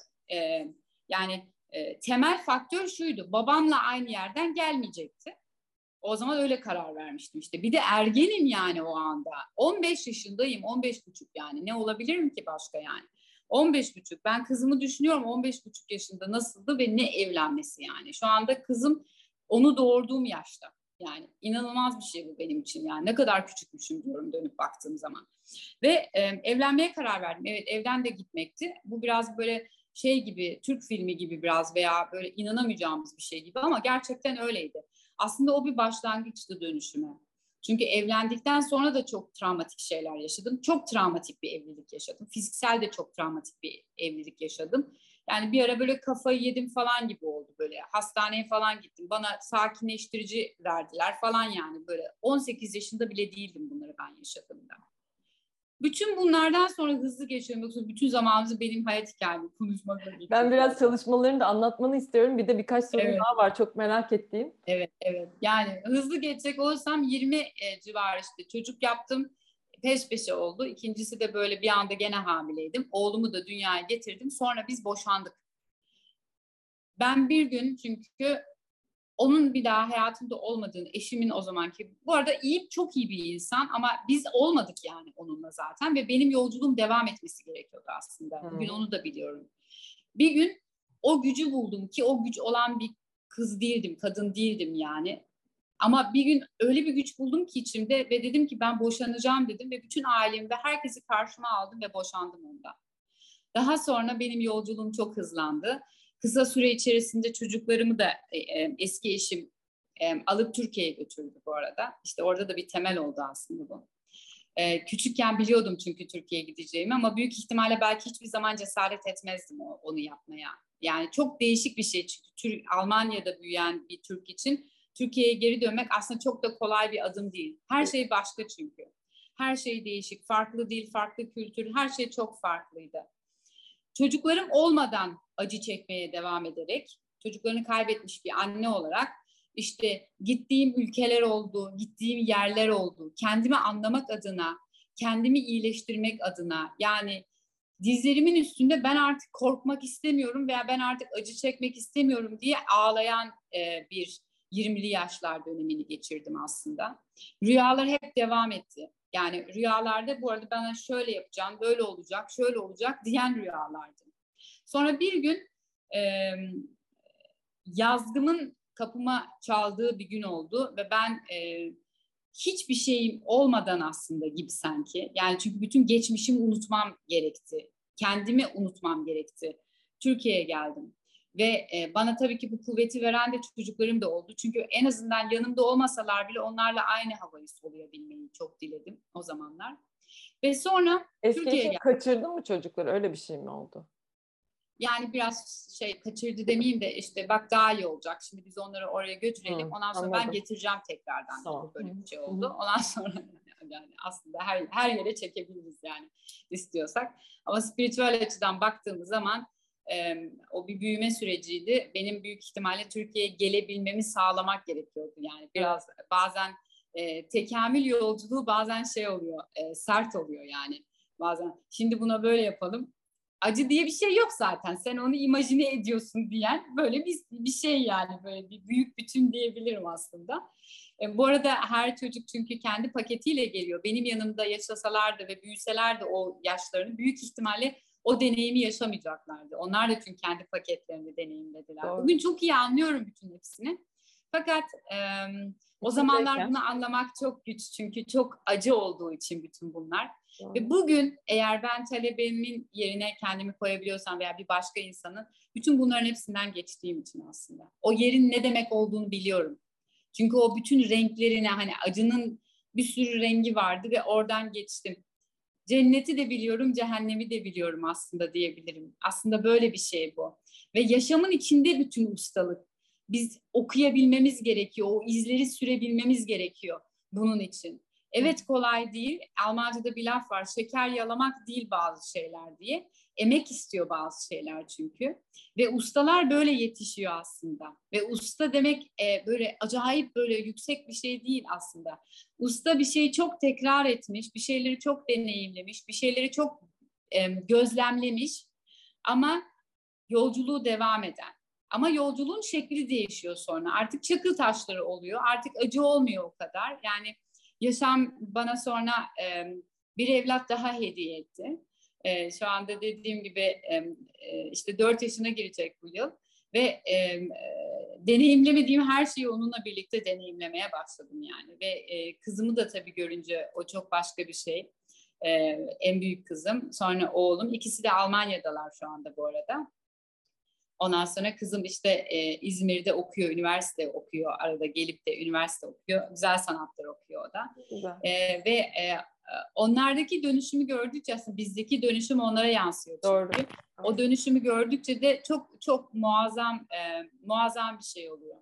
yani temel faktör şuydu: babamla aynı yerden gelmeyecekti. O zaman öyle karar vermiştim işte. Bir de ergenim yani o anda. 15 yaşındayım, 15 buçuk yani. Ne olabilirim ki başka yani? 15 buçuk. Ben kızımı düşünüyorum, 15 buçuk yaşında nasıldı ve ne evlenmesi yani. Şu anda kızım onu doğurduğum yaşta. Yani inanılmaz bir şey bu benim için yani. Ne kadar küçükmüşüm diyorum dönüp baktığım zaman. Ve evlenmeye karar verdim. Evet, evden de gitmekti. Bu biraz böyle şey gibi, Türk filmi gibi biraz veya böyle inanamayacağımız bir şey gibi ama gerçekten öyleydi. Aslında o bir başlangıçtı dönüşüme. Çünkü evlendikten sonra da çok travmatik şeyler yaşadım. Çok travmatik bir evlilik yaşadım. Fiziksel de çok travmatik bir evlilik yaşadım. Yani bir ara böyle kafayı yedim falan gibi oldu böyle. Hastaneye falan gittim. Bana sakinleştirici verdiler falan yani böyle. 18 yaşında bile değildim bunları ben yaşadığımda. Bütün bunlardan sonra hızlı geçiyorum. Yoksa bütün zamanımızı benim hayat hikayemi konuşmakla geçiyor. Ben biraz çalışmalarını da anlatmanı istiyorum. Bir de birkaç sorum Evet. daha var. Çok merak ettiğim. Evet, evet. Yani hızlı geçecek olursam 20 civarı işte çocuk yaptım. Peş peşe oldu. İkincisi de böyle bir anda gene hamileydim. Oğlumu da dünyaya getirdim. Sonra biz boşandık. Ben bir gün çünkü onun bir daha hayatımda olmadığını, eşimin o zamanki, bu arada çok iyi bir insan ama biz olmadık yani onunla zaten ve benim yolculuğum devam etmesi gerekiyordu aslında. Bugün onu da biliyorum. Bir gün o gücü buldum ki o güç olan bir kız değildim, kadın değildim yani. Ama bir gün öyle bir güç buldum ki içimde ve dedim ki ben boşanacağım dedim ve bütün ailemi ve herkesi karşıma aldım ve boşandım ondan. Daha sonra benim yolculuğum çok hızlandı. Kısa süre içerisinde çocuklarımı da eski eşim alıp Türkiye'ye götürdü bu arada. İşte orada da bir temel oldu aslında bu. Küçükken biliyordum çünkü Türkiye'ye gideceğimi ama büyük ihtimalle belki hiçbir zaman cesaret etmezdim onu yapmaya. Yani çok değişik bir şey çünkü Almanya'da büyüyen bir Türk için Türkiye'ye geri dönmek aslında çok da kolay bir adım değil. Her şey başka çünkü. Her şey değişik, farklı dil, farklı kültür, her şey çok farklıydı. Çocuklarım olmadan acı çekmeye devam ederek, çocuklarını kaybetmiş bir anne olarak işte gittiğim ülkeler oldu, gittiğim yerler oldu. Kendimi anlamak adına, kendimi iyileştirmek adına yani dizlerimin üstünde ben artık korkmak istemiyorum veya ben artık acı çekmek istemiyorum diye ağlayan bir 20'li yaşlar dönemini geçirdim aslında. Rüyalar hep devam etti. Yani rüyalarda bu arada bana şöyle yapacağım, böyle olacak, şöyle olacak diyen rüyalardı. Sonra bir gün yazgımın kapıma çaldığı bir gün oldu ve ben hiçbir şeyim olmadan aslında gibi sanki. Yani çünkü bütün geçmişimi unutmam gerekti. Kendimi unutmam gerekti. Türkiye'ye geldim. Ve bana tabii ki bu kuvveti veren de çocuklarım da oldu. Çünkü en azından yanımda olmasalar bile onlarla aynı havayı soluyabilmeyi çok diledim o zamanlar. Ve sonra Eski Türkiye'ye eşin geldim. kaçırdı mı çocukları? Öyle bir şey mi oldu? Yani biraz kaçırdı demeyeyim de işte bak daha iyi olacak. Şimdi biz onları oraya götürelim. Ondan sonra ben Anladım. getireceğim tekrardan gibi Tamam. böyle bir şey oldu. Ondan sonra yani aslında her yere çekebiliriz yani istiyorsak. Ama spiritüel açıdan baktığımız zaman o bir büyüme süreciydi. Benim büyük ihtimalle Türkiye'ye gelebilmemi sağlamak gerekiyordu. Yani biraz bazen tekamül yolculuğu bazen oluyor, sert oluyor yani. Bazen şimdi buna böyle yapalım. Acı diye bir şey yok zaten. Sen onu imajine ediyorsun diyen böyle bir şey yani böyle bir büyük bütün diyebilirim aslında. Bu arada her çocuk çünkü kendi paketiyle geliyor. Benim yanımda yaşasalardı ve büyüselerdi o yaşlarını büyük ihtimalle o deneyimi yaşamayacaklardı. Onlar da çünkü kendi paketlerini deneyimlediler. Doğru. Bugün çok iyi anlıyorum bütün hepsini. Fakat o zamanlar bunu anlamak çok güç çünkü çok acı olduğu için bütün bunlar. Doğru. Ve bugün eğer ben talebemin yerine kendimi koyabiliyorsam veya bir başka insanın bütün bunların hepsinden geçtiğim için aslında. O yerin ne demek olduğunu biliyorum. Çünkü o bütün renklerine hani acının bir sürü rengi vardı ve oradan geçtim. Cenneti de biliyorum, cehennemi de biliyorum aslında diyebilirim. Aslında böyle bir şey bu. Ve yaşamın içinde bütün ustalık. Biz okuyabilmemiz gerekiyor, o izleri sürebilmemiz gerekiyor bunun için. Evet kolay değil. Almanca'da bir laf var. Şeker yalamak değil bazı şeyler diye. Emek istiyor bazı şeyler çünkü. Ve ustalar böyle yetişiyor aslında. Ve usta demek böyle acayip böyle yüksek bir şey değil aslında. Usta bir şeyi çok tekrar etmiş, bir şeyleri çok deneyimlemiş, bir şeyleri çok gözlemlemiş ama yolculuğu devam eden. Ama yolculuğun şekli değişiyor sonra. Artık çakıl taşları oluyor. Artık acı olmuyor o kadar. Yani yaşam bana sonra bir evlat daha hediye etti. Şu anda dediğim gibi işte 4 yaşına girecek bu yıl. Ve deneyimlemediğim her şeyi onunla birlikte deneyimlemeye başladım yani. Ve kızımı da tabii görünce o çok başka bir şey. En büyük kızım, sonra oğlum. İkisi de Almanya'dalar şu anda bu arada. Ondan sonra kızım işte İzmir'de okuyor, üniversite okuyor. Arada gelip de üniversite okuyor. Güzel sanatlar okuyor o da. Ve onlardaki dönüşümü gördükçe aslında bizdeki dönüşüm onlara yansıyor çünkü. Doğru. O dönüşümü gördükçe de çok çok muazzam bir şey oluyor.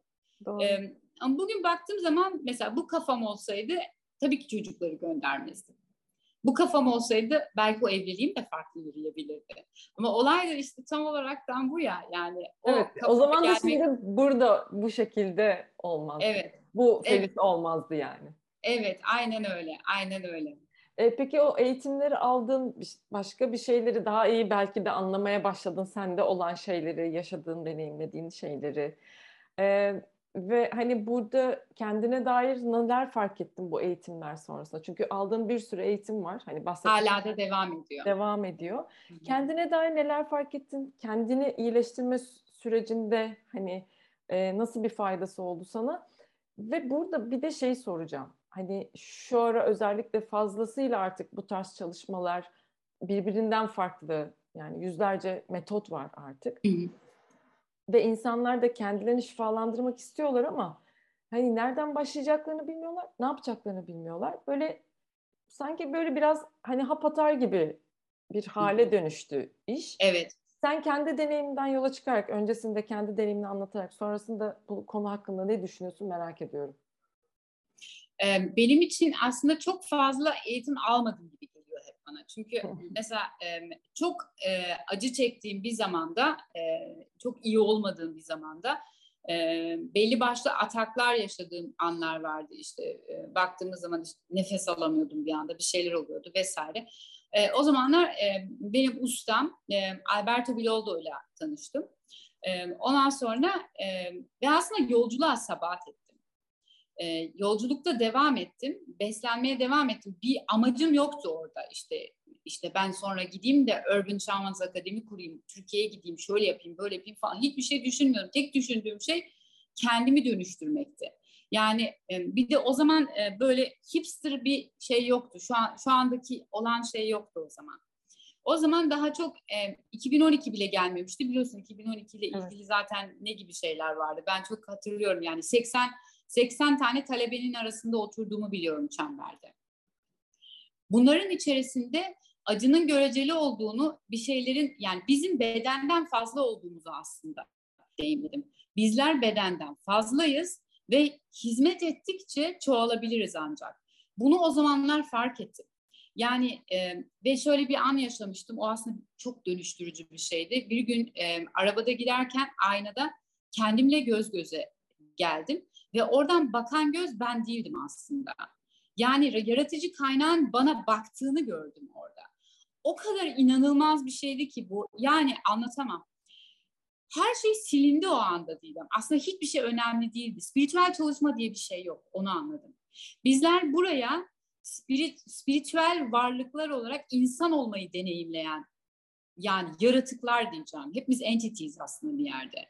Ama bugün baktığım zaman mesela bu kafam olsaydı tabii ki çocukları göndermezdim. Bu kafam olsaydı belki o evliliğim de farklı yürüyebilirdi. Ama olay da işte tam olaraktan bu ya. Yani o zaman da şimdi burada bu şekilde olmazdı. Evet. Bu Felis olmazdı yani. Evet, aynen öyle. Aynen öyle. Peki o eğitimleri aldın, başka bir şeyleri daha iyi belki de anlamaya başladın, sende olan şeyleri, yaşadığın, deneyimlediğin şeyleri. Ve hani burada kendine dair neler fark ettin bu eğitimler sonrasında? Çünkü aldığın bir sürü eğitim var. Hani Hala da devam ediyor. devam ediyor. Hı hı. Kendine dair neler fark ettin? Kendini iyileştirme sürecinde hani nasıl bir faydası oldu sana? Ve burada bir de şey soracağım. Hani şu ara özellikle fazlasıyla artık bu tarz çalışmalar birbirinden farklı. Yani yüzlerce metot var artık. Hı hı. Ve insanlar da kendilerini şifalandırmak istiyorlar ama hani nereden başlayacaklarını bilmiyorlar, ne yapacaklarını bilmiyorlar. Böyle sanki böyle biraz hani hap atar gibi bir Hı hı. hale dönüştü iş. Evet. Sen kendi deneyiminden yola çıkarak, öncesinde kendi deneyimini anlatarak, sonrasında bu konu hakkında ne düşünüyorsun merak ediyorum. Benim için aslında çok fazla eğitim almadım gibi geliyor hep bana. Çünkü mesela çok acı çektiğim bir zamanda, çok iyi olmadığım bir zamanda belli başlı ataklar yaşadığım anlar vardı. İşte baktığımız zaman işte nefes alamıyordum bir anda, bir şeyler oluyordu vesaire. O zamanlar benim ustam Alberto Biloldo'yla tanıştım. Ondan sonra ve aslında yolculuğa sebat ettim. Yolculukta devam ettim. Beslenmeye devam ettim. Bir amacım yoktu orada. İşte ben sonra gideyim de Urban Shamans Akademi kurayım. Türkiye'ye gideyim, şöyle yapayım, böyle yapayım falan. Hiçbir şey düşünmüyorum. Tek düşündüğüm şey kendimi dönüştürmekti. Yani bir de o zaman böyle hipster bir şey yoktu. Şu andaki olan şey yoktu o zaman. O zaman daha çok 2012 bile gelmemişti. Biliyorsun 2012 ile ilgili Evet. zaten ne gibi şeyler vardı. Ben çok hatırlıyorum yani 80 tane talebenin arasında oturduğumu biliyorum çemberde. Bunların içerisinde acının göreceli olduğunu, bir şeylerin yani bizim bedenden fazla olduğumuzu aslında deneyimledim. Bizler bedenden fazlayız ve hizmet ettikçe çoğalabiliriz ancak. Bunu o zamanlar fark ettim. Yani ve şöyle bir an yaşamıştım. O aslında çok dönüştürücü bir şeydi. Bir gün arabada giderken aynada kendimle göz göze geldim. Ve oradan bakan göz ben değildim aslında. Yani yaratıcı kaynağın bana baktığını gördüm orada. O kadar inanılmaz bir şeydi ki bu. Yani anlatamam. Her şey silindi o anda Didem. Aslında hiçbir şey önemli değildi. Spiritüel çalışma diye bir şey yok. Onu anladım. Bizler buraya spiritüel varlıklar olarak insan olmayı deneyimleyen, yani yaratıklar diyeceğim. Hepimiz entities aslında bir yerde.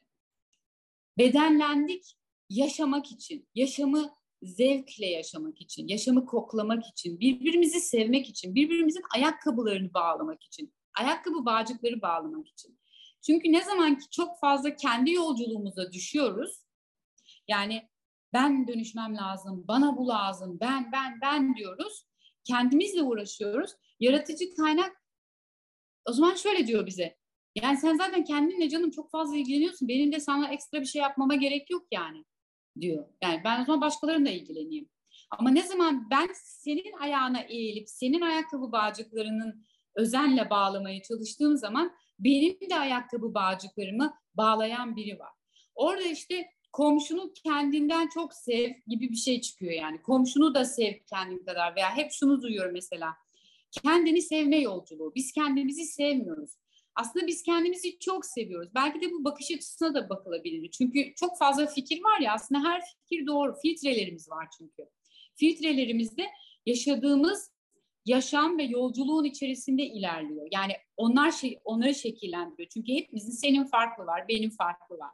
Bedenlendik yaşamak için, yaşamı zevkle yaşamak için, yaşamı koklamak için, birbirimizi sevmek için, birbirimizin ayakkabılarını bağlamak için, ayakkabı bağcıkları bağlamak için. Çünkü ne zaman ki çok fazla kendi yolculuğumuza düşüyoruz, yani ben dönüşmem lazım, bana bu lazım, ben diyoruz, kendimizle uğraşıyoruz. Yaratıcı kaynak o zaman şöyle diyor bize, yani sen zaten kendinle canım çok fazla ilgileniyorsun, benim de sana ekstra bir şey yapmama gerek yok yani diyor. Yani ben o zaman başkalarıyla ilgileneyim. Ama ne zaman ben senin ayağına eğilip senin ayakkabı bağcıklarının özenle bağlamaya çalıştığım zaman benim de ayakkabı bağcıklarımı bağlayan biri var. Orada işte komşunu kendinden çok sev gibi bir şey çıkıyor yani. Komşunu da sev kendin kadar veya hep şunu duyuyorum mesela. Kendini sevme yolculuğu. Biz kendimizi sevmiyoruz. Aslında biz kendimizi çok seviyoruz. Belki de bu bakış açısına da bakılabilir. Çünkü çok fazla fikir var ya, aslında her fikir doğru. Filtrelerimiz var çünkü. Filtrelerimizde yaşadığımız yaşam ve yolculuğun içerisinde ilerliyor. Yani onları şekillendiriyor. Çünkü hepimizin, senin farklı var, benim farklı var.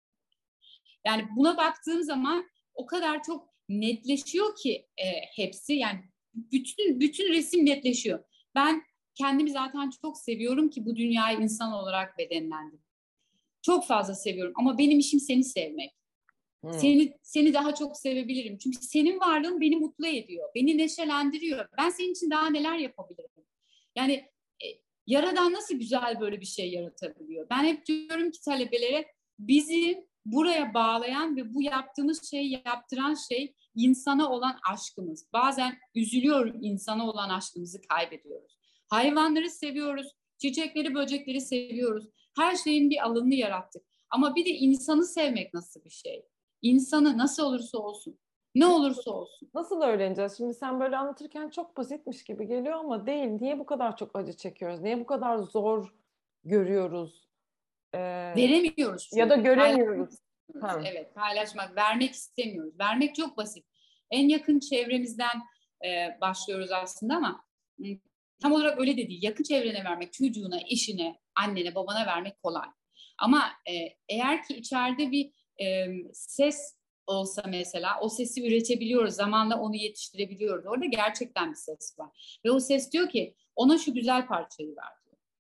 Yani buna baktığım zaman o kadar çok netleşiyor ki hepsi. Yani bütün resim netleşiyor. Ben kendimi zaten çok seviyorum ki bu dünyayı insan olarak bedenlendim. Çok fazla seviyorum ama benim işim seni sevmek. Seni daha çok sevebilirim. Çünkü senin varlığın beni mutlu ediyor. Beni neşelendiriyor. Ben senin için daha neler yapabilirim? Yani Yaradan nasıl güzel böyle bir şey yaratabiliyor? Ben hep diyorum ki talebelere, bizi buraya bağlayan ve bu yaptığımız şeyi yaptıran şey insana olan aşkımız. Bazen üzülüyorum, insana olan aşkımızı kaybediyoruz. Hayvanları seviyoruz, çiçekleri, böcekleri seviyoruz. Her şeyin bir alanını yarattık. Ama bir de insanı sevmek nasıl bir şey? İnsanı nasıl olursa olsun, ne olursa olsun. Nasıl öğreneceğiz? Şimdi sen böyle anlatırken çok basitmiş gibi geliyor ama değil. Niye bu kadar çok acı çekiyoruz? Niye bu kadar zor görüyoruz? Veremiyoruz Ya da çünkü. göremiyoruz. Ha. Evet, paylaşmak, vermek istemiyoruz. Vermek çok basit. En yakın çevremizden başlıyoruz aslında ama tam olarak öyle de değil. Yakın çevrene vermek, çocuğuna, eşine, annene, babana vermek kolay. Ama eğer ki içeride bir ses olsa mesela, o sesi üretebiliyoruz. Zamanla onu yetiştirebiliyoruz. Orada gerçekten bir ses var. Ve o ses diyor ki ona şu güzel parçayı ver diyor.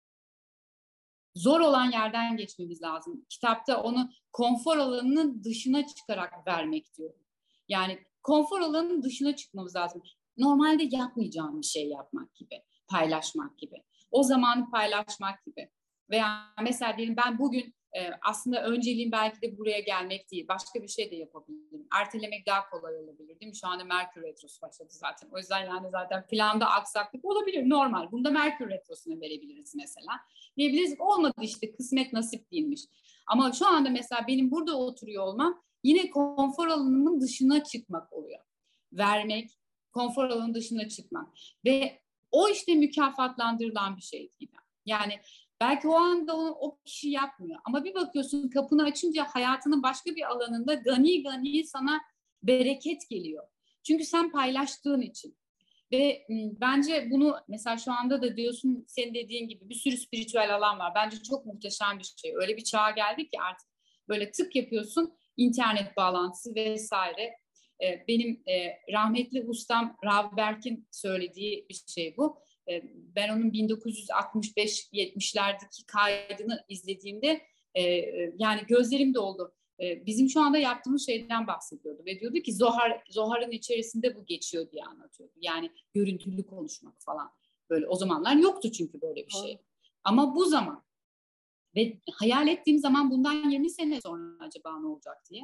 Zor olan yerden geçmemiz lazım. Kitapta onu konfor alanının dışına çıkarak vermek diyor. Yani konfor alanının dışına çıkmamız lazım. Normalde yapmayacağım bir şey yapmak gibi, paylaşmak gibi. O zamanı paylaşmak gibi. Veya mesela diyelim ben bugün aslında önceliğim belki de buraya gelmek değil. Başka bir şey de yapabilirim. Ertelemek daha kolay olabilir değil mi? Şu anda Merkür Retrosu başladı zaten. O yüzden yani zaten planda aksaklık olabilir. Normal. Bunda Merkür Retrosu'nu verebiliriz mesela. Diyebiliriz olmadı işte kısmet nasip değilmiş. Ama şu anda mesela benim burada oturuyor olmam yine konfor alanımın dışına çıkmak oluyor. Vermek, konfor alanının dışına çıkmak. Ve o işte mükafatlandırılan bir şey değil. Yani belki o anda o kişi yapmıyor. Ama bir bakıyorsun kapını açınca hayatının başka bir alanında gani gani sana bereket geliyor. Çünkü sen paylaştığın için. Ve bence bunu mesela şu anda da diyorsun senin dediğin gibi bir sürü spiritüel alan var. Bence çok muhteşem bir şey. Öyle bir çağa geldik ki artık böyle tık yapıyorsun internet bağlantısı vesaire. Benim rahmetli ustam Rav Berk'in söylediği bir şey bu. Ben onun 1965-70'lerdeki kaydını izlediğimde yani gözlerim doldu. Bizim şu anda yaptığımız şeyden bahsediyordu ve diyordu ki Zohar'ın içerisinde bu geçiyor diye anlatıyordu. Yani görüntülü konuşmak falan. Böyle o zamanlar yoktu çünkü böyle bir şey. Ama bu zaman ve hayal ettiğim zaman bundan 20 sene sonra acaba ne olacak diye.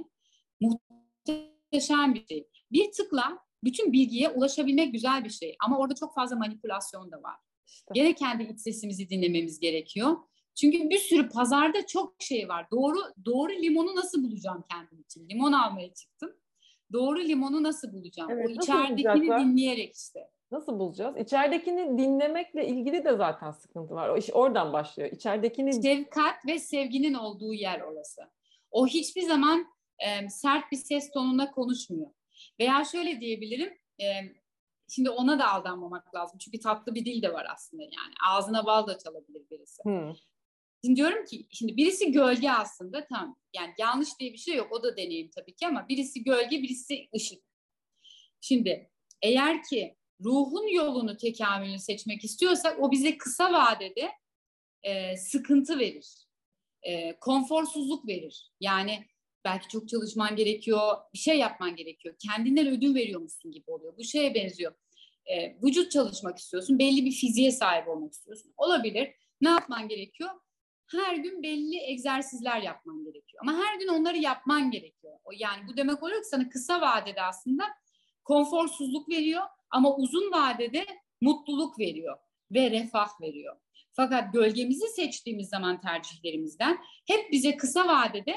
Muhteşem bir şey. Bir tıkla bütün bilgiye ulaşabilmek güzel bir şey. Ama orada çok fazla manipülasyon da var. İşte. Gene kendi iç sesimizi dinlememiz gerekiyor. Çünkü bir sürü pazarda çok şey var. Doğru limonu nasıl bulacağım kendim için? Limon almaya çıktım. Doğru limonu nasıl bulacağım? Evet, o içeridekini dinleyerek işte. Nasıl bulacağız? İçeridekini dinlemekle ilgili de zaten sıkıntı var. O iş oradan başlıyor. İçeridekini... Şefkat ve sevginin olduğu yer orası. O hiçbir zaman sert bir ses tonunda konuşmuyor. Veya şöyle diyebilirim, şimdi ona da aldanmamak lazım. Çünkü tatlı bir dil de var aslında yani. Ağzına bal da çalabilir birisi. Şimdi diyorum ki, şimdi birisi gölge aslında, tamam. Yani yanlış diye bir şey yok. O da deneyim tabii ki ama birisi gölge, birisi ışık. Şimdi eğer ki ruhun yolunu tekamülünü seçmek istiyorsak o bize kısa vadede sıkıntı verir. Konforsuzluk verir. Yani belki çok çalışman gerekiyor, bir şey yapman gerekiyor. Kendinden ödün veriyormuşsun gibi oluyor. Bu şeye benziyor. Vücut çalışmak istiyorsun, belli bir fiziğe sahip olmak istiyorsun. Olabilir. Ne yapman gerekiyor? Her gün belli egzersizler yapman gerekiyor. Ama her gün onları yapman gerekiyor. Yani bu demek oluyor ki sana kısa vadede aslında konforsuzluk veriyor ama uzun vadede mutluluk veriyor ve refah veriyor. Fakat gölgemizi seçtiğimiz zaman tercihlerimizden hep bize kısa vadede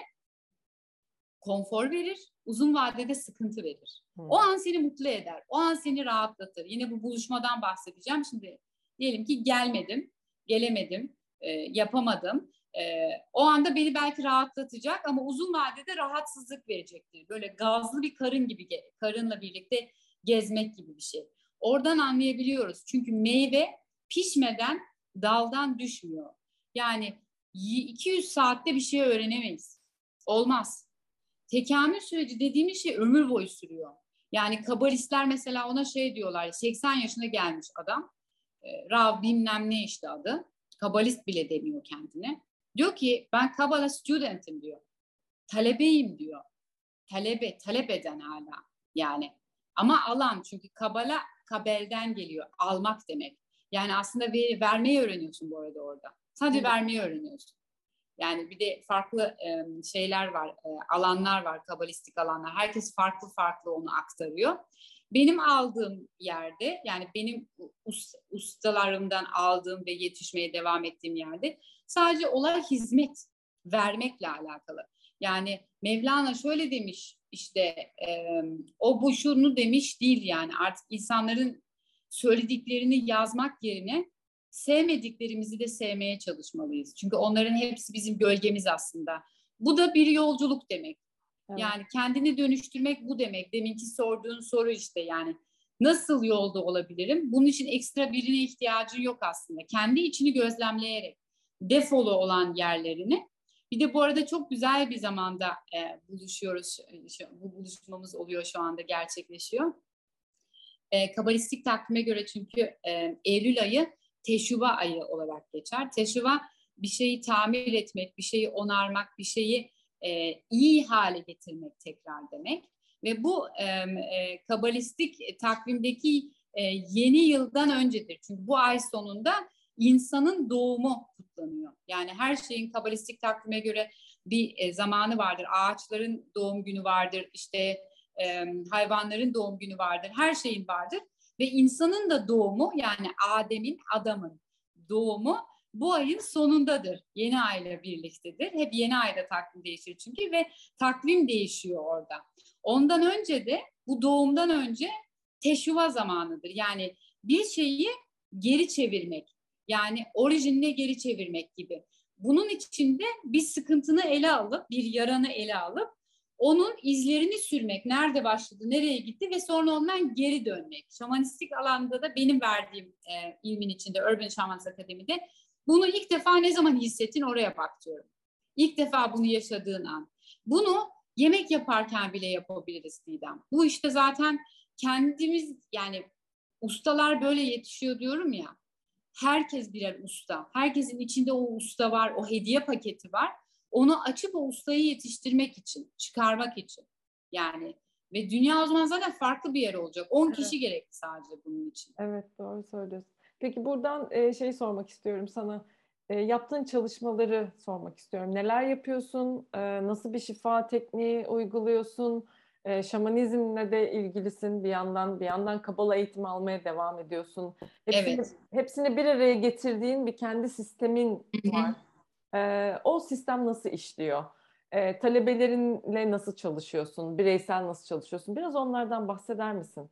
konfor verir, uzun vadede sıkıntı verir. O an seni mutlu eder, o an seni rahatlatır. Yine bu buluşmadan bahsedeceğim. Şimdi diyelim ki gelemedim, yapamadım. O anda beni belki rahatlatacak ama uzun vadede rahatsızlık verecektir. Böyle gazlı bir karınla birlikte gezmek gibi bir şey. Oradan anlayabiliyoruz. Çünkü meyve pişmeden daldan düşmüyor. Yani 200 saatte bir şey öğrenemeyiz. Olmaz. Tekamül süreci dediğimiz şey ömür boyu sürüyor. Yani kabalistler mesela ona şey diyorlar, 80 yaşına gelmiş adam, Rav bilmem ne işte adı, kabalist bile demiyor kendine. Diyor ki ben Kabala student'im diyor. Talebeyim diyor. Talep eden hala yani. Ama alan, çünkü Kabala kabelden geliyor. Almak demek. Yani aslında vermeyi öğreniyorsun bu arada orada. Sadece vermeyi öğreniyorsun. Yani bir de farklı şeyler var, alanlar var, kabalistik alanlar. Herkes farklı farklı onu aktarıyor. Benim aldığım yerde, yani benim ustalarımdan aldığım ve yetişmeye devam ettiğim yerde sadece olay hizmet vermekle alakalı. Yani Mevlana şöyle demiş, işte o bu şunu demiş değil yani. Artık insanların söylediklerini yazmak yerine sevmediklerimizi de sevmeye çalışmalıyız. Çünkü onların hepsi bizim gölgemiz aslında. Bu da bir yolculuk demek. Evet. Yani kendini dönüştürmek bu demek. Deminki sorduğun soru işte, yani nasıl yolda olabilirim? Bunun için ekstra birine ihtiyacın yok aslında. Kendi içini gözlemleyerek defolu olan yerlerini. Bir de bu arada çok güzel bir zamanda buluşuyoruz. Bu buluşmamız oluyor, şu anda gerçekleşiyor. Kabalistik takvime göre çünkü Eylül ayı teşuva ayı olarak geçer. Teşuva bir şeyi tamir etmek, bir şeyi onarmak, bir şeyi iyi hale getirmek tekrar demek. Ve bu kabalistik takvimdeki yeni yıldan öncedir. Çünkü bu ay sonunda insanın doğumu kutlanıyor. Yani her şeyin kabalistik takvime göre bir zamanı vardır. Ağaçların doğum günü vardır, işte hayvanların doğum günü vardır, her şeyin vardır. Ve insanın da doğumu, yani Adem'in, Adam'ın doğumu bu ayın sonundadır. Yeni ayla birliktedir. Hep yeni ayda takvim değişir çünkü ve takvim değişiyor orada. Ondan önce de, bu doğumdan önce teşuva zamanıdır. Yani bir şeyi geri çevirmek, yani orijinine geri çevirmek gibi. Bunun içinde bir sıkıntını ele alıp, bir yaranı ele alıp onun izlerini sürmek, nerede başladı, nereye gitti ve sonra ondan geri dönmek. Şamanistik alanda da benim verdiğim ilmin içinde, Urban Shamans Akademi'de bunu ilk defa ne zaman hissettin, oraya bak diyorum. İlk defa bunu yaşadığın an. Bunu yemek yaparken bile yapabiliriz Didem. Bu işte zaten kendimiz, yani ustalar böyle yetişiyor diyorum ya. Herkes birer usta. Herkesin içinde o usta var, o hediye paketi var. Onu açıp o ustayı yetiştirmek için, çıkarmak için. Yani ve dünya o zaman zaten farklı bir yer olacak. 10 Evet. kişi gerekli sadece bunun için. Evet, doğru söylüyorsun. Peki buradan şey sormak istiyorum sana. Yaptığın çalışmaları sormak istiyorum. Neler yapıyorsun? Nasıl bir şifa tekniği uyguluyorsun? Şamanizmle de ilgilisin bir yandan Kabala eğitimi almaya devam ediyorsun. Evet. Hepsini bir araya getirdiğin bir kendi sistemin Hı var. hı. O sistem nasıl işliyor? Talebelerinle nasıl çalışıyorsun? Bireysel nasıl çalışıyorsun? Biraz onlardan bahseder misin?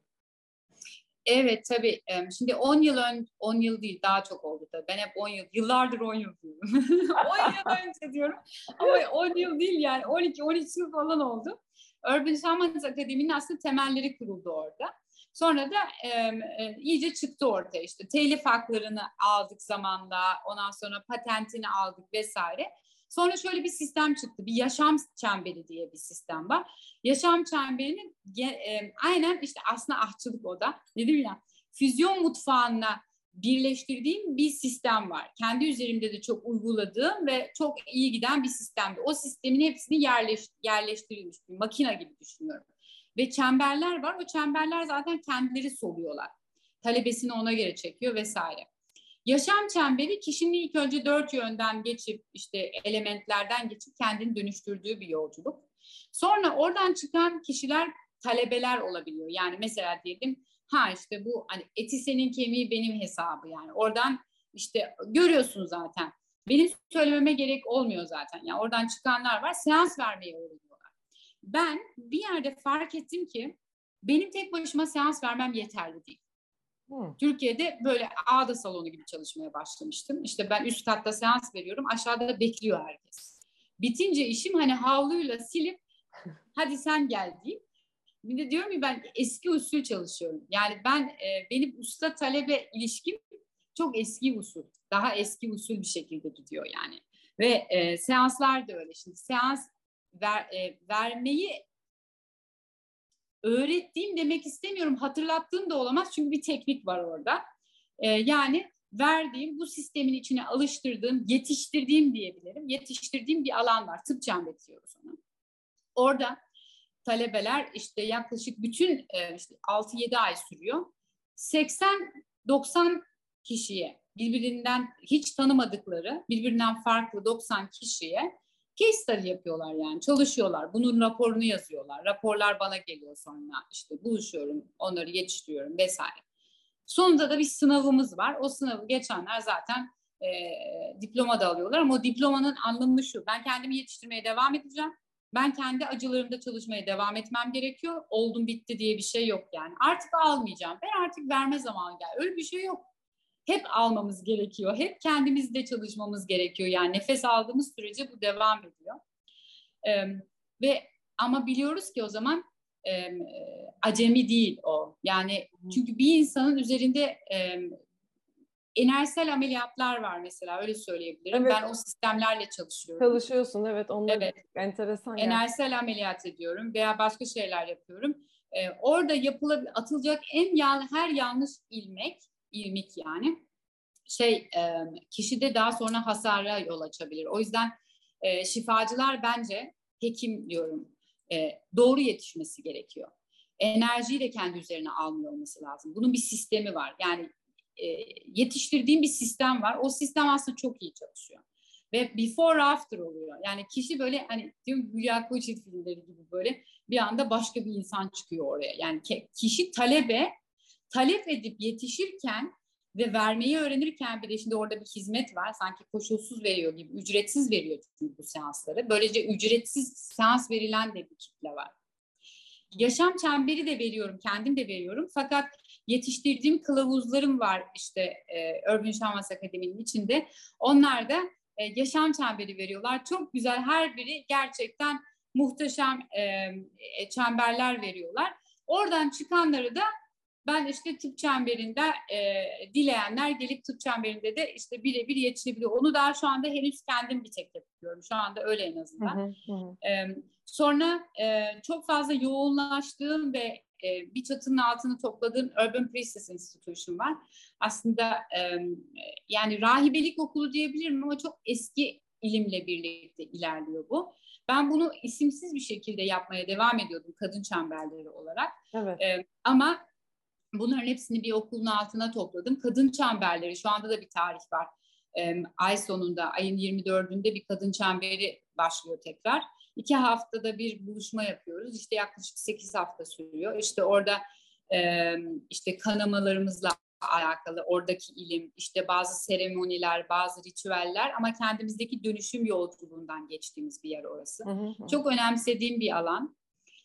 Evet tabii. Şimdi 10 yıl 10 yıl değil, daha çok oldu tabii. Ben hep 10 yıl, yıllardır 10 yıl diyorum. 10 yıl önce diyorum. Ama 10 yıl değil, yani 12-13 yıl falan oldu. Urban Shamans Akademi'nin aslında temelleri kuruldu orada. Sonra da iyice çıktı ortaya, işte telif haklarını aldık zamanla, ondan sonra patentini aldık vesaire. Sonra şöyle bir sistem çıktı. Bir yaşam çemberi diye bir sistem var. Yaşam çemberinin aynen işte aslında ahçılık o da. Dedim ya, füzyon mutfağına birleştirdiğim bir sistem var. Kendi üzerimde de çok uyguladığım ve çok iyi giden bir sistemdi. O sistemin hepsini yerleştirilmiş bir makine gibi düşünüyorum. Ve çemberler var. O çemberler zaten kendileri soluyorlar. Talebesini ona göre çekiyor vesaire. Yaşam çemberi kişinin ilk önce 4 yönden geçip, işte elementlerden geçip kendini dönüştürdüğü bir yolculuk. Sonra oradan çıkan kişiler talebeler olabiliyor. Yani mesela diyelim, işte bu hani eti senin kemiği benim hesabı, yani oradan işte görüyorsun zaten. Benim söylememe gerek olmuyor zaten. Yani oradan çıkanlar var, seans vermeyi öğreniyorlar. Ben bir yerde fark ettim ki benim tek başıma seans vermem yeterli değil. Türkiye'de böyle ağda salonu gibi çalışmaya başlamıştım. İşte ben üst katta seans veriyorum, aşağıda bekliyor herkes. Bitince işim hani havluyla silip hadi sen gel diyeyim. Bir de diyorum ki ben eski usul çalışıyorum. Yani benim usta talebe ilişkim çok eski usul. Daha eski usul bir şekilde gidiyor yani. Ve seanslar da öyle. Şimdi seans vermeyi öğrettiğim demek istemiyorum. Hatırlattığım da olamaz çünkü bir teknik var orada. Yani verdiğim, bu sistemin içine alıştırdığım, yetiştirdiğim diyebilirim. Yetiştirdiğim bir alan var. Tıp cembeti diyoruz ona. Orada talebeler işte yaklaşık bütün işte 6-7 ay sürüyor. 80-90 kişiye, birbirinden hiç tanımadıkları, birbirinden farklı 90 kişiye case study yapıyorlar, yani çalışıyorlar. Bunun raporunu yazıyorlar. Raporlar bana geliyor sonra. İşte buluşuyorum, onları yetiştiriyorum vesaire. Sonunda da bir sınavımız var. O sınavı geçenler zaten diploma da alıyorlar. Ama o diplomanın anlamı şu: ben kendimi yetiştirmeye devam edeceğim. Ben kendi acılarımda çalışmaya devam etmem gerekiyor. Oldum bitti diye bir şey yok yani. Artık almayacağım. Ben artık verme zamanı geldi. Öyle bir şey yok. Hep almamız gerekiyor. Hep kendimizde çalışmamız gerekiyor. Yani nefes aldığımız sürece bu devam ediyor. Ve Ama biliyoruz ki o zaman acemi değil o. Yani çünkü bir insanın üzerinde enerjisel ameliyatlar var mesela, öyle söyleyebilirim. Evet, Ben o sistemlerle çalışıyorum. çalışıyorsun. Evet, onlar Evet. enteresan gerçekten. Enerjisel ameliyat ediyorum veya başka şeyler yapıyorum. Orada atılacak her yanlış ilmik yani kişide daha sonra hasara yol açabilir. O yüzden şifacılar bence, hekim diyorum, doğru yetişmesi gerekiyor. Enerjiyi de kendi üzerine almıyor olması lazım. Bunun bir sistemi var. Yani yetiştirdiğim bir sistem var. O sistem aslında çok iyi çalışıyor. Ve before after oluyor. Yani kişi böyle hani diyorum Hülya Koçyiğit filmleri gibi böyle bir anda başka bir insan çıkıyor oraya. Yani kişi talep edip yetişirken ve vermeyi öğrenirken, bir de şimdi orada bir hizmet var. Sanki koşulsuz veriyor gibi, ücretsiz veriyor çünkü bu seansları. Böylece ücretsiz seans verilen de bir kitle var. Yaşam çemberi de veriyorum, kendim de veriyorum. Fakat yetiştirdiğim kılavuzlarım var işte Urban Şamas Akademi'nin içinde. Onlar da yaşam çemberi veriyorlar. Çok güzel, her biri gerçekten muhteşem çemberler veriyorlar. Oradan çıkanları da ben işte tıp çemberinde dileyenler gelip tıp çemberinde de işte birebir yetişebiliyor. Onu daha şu anda henüz kendim bir tek yapıyorum. Şu anda öyle en azından. Sonra çok fazla yoğunlaştığım ve bir çatının altını topladığım Urban Priestess Institution var. Aslında yani rahibelik okulu diyebilirim ama çok eski ilimle birlikte ilerliyor bu. Ben bunu isimsiz bir şekilde yapmaya devam ediyordum kadın çemberleri olarak. Evet. Ama bunların hepsini bir okulun altına topladım. Kadın çemberleri, şu anda da bir tarih var. Ay sonunda, ayın 24'ünde bir kadın çemberi başlıyor tekrar. 2 haftada bir buluşma yapıyoruz. İşte yaklaşık 8 hafta sürüyor. İşte orada işte kanamalarımızla alakalı oradaki ilim, işte bazı seremoniler, bazı ritüeller ama kendimizdeki dönüşüm yolculuğundan geçtiğimiz bir yer orası. Çok önemsediğim bir alan.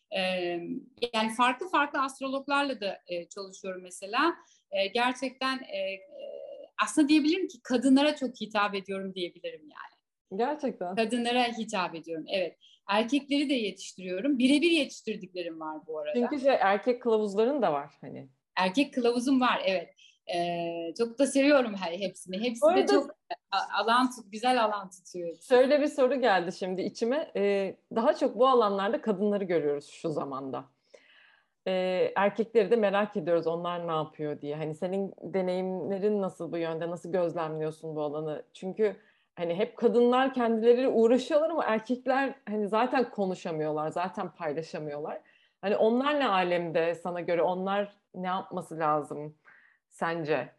Yani farklı farklı astrologlarla da çalışıyorum mesela. Gerçekten aslında diyebilirim ki kadınlara çok hitap ediyorum diyebilirim yani. Gerçekten. Kadınlara hitap ediyorum, evet. Erkekleri de yetiştiriyorum. Birebir yetiştirdiklerim var bu arada. Çünkü erkek kılavuzların da var hani. Erkek kılavuzum var, evet. Çok da seviyorum hepsini. Hepsi de çok güzel alan tutuyor. Şöyle bir soru geldi şimdi içime. Daha çok bu alanlarda kadınları görüyoruz şu zamanda. Erkekleri de merak ediyoruz, onlar ne yapıyor diye. Hani senin deneyimlerin nasıl bu yönde? Nasıl gözlemliyorsun bu alanı? Çünkü hani hep kadınlar kendileri uğraşıyorlar ama erkekler hani zaten konuşamıyorlar, zaten paylaşamıyorlar. Hani onlar ne alemde sana göre? Onlar ne yapması lazım sence?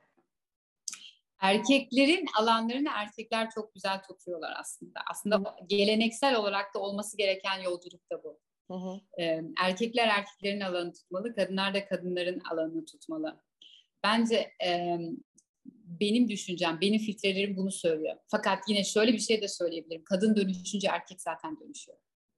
Erkeklerin alanlarını erkekler çok güzel tutuyorlar aslında. Aslında geleneksel olarak da olması gereken yolculuk da bu. Erkekler erkeklerin alanını tutmalı, kadınlar da kadınların alanını tutmalı. Bence benim düşüncem, benim filtrelerim bunu söylüyor. Fakat yine şöyle bir şey de söyleyebilirim. Kadın dönüşünce erkek zaten dönüşüyor.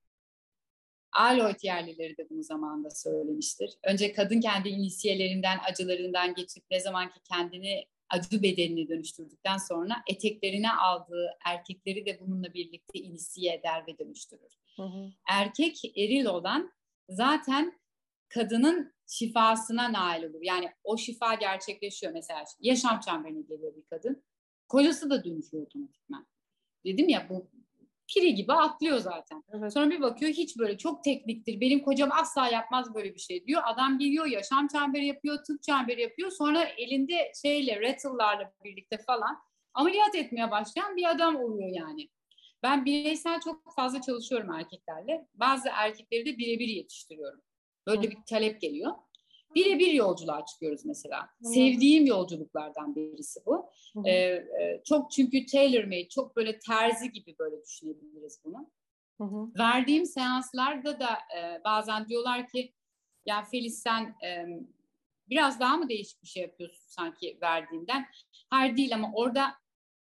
Aloy yerlileri de bunu zamanında söylemiştir. Önce kadın kendi inisiyelerinden, acılarından geçip ne zamanki kendini acı bedenini dönüştürdükten sonra eteklerine aldığı erkekleri de bununla birlikte inisiye eder ve dönüştürür. Erkek eril olan zaten kadının şifasına nail olur. Yani o şifa gerçekleşiyor mesela. Yaşam çemberine geliyor bir kadın. Kocası da dönüşüyor otomatikman. Dedim ya, bu piri gibi atlıyor zaten. Evet. Sonra bir bakıyor hiç böyle çok tekniktir. Benim kocam asla yapmaz böyle bir şey diyor. Adam geliyor, yaşam çemberi yapıyor, tıp çemberi yapıyor. Sonra elinde rattle'larla birlikte falan ameliyat etmeye başlayan bir adam oluyor yani. Ben bireysel çok fazla çalışıyorum erkeklerle. Bazı erkekleri de birebir yetiştiriyorum. Böyle bir talep geliyor. Birebir yolculuğa çıkıyoruz mesela. Sevdiğim yolculuklardan birisi bu. Çok çünkü tailor-made, çok böyle terzi gibi böyle düşünebiliriz bunu. Verdiğim seanslarda da bazen diyorlar ki ya Filiz sen biraz daha mı değişik bir şey yapıyorsun sanki verdiğinden? Hayır değil ama orada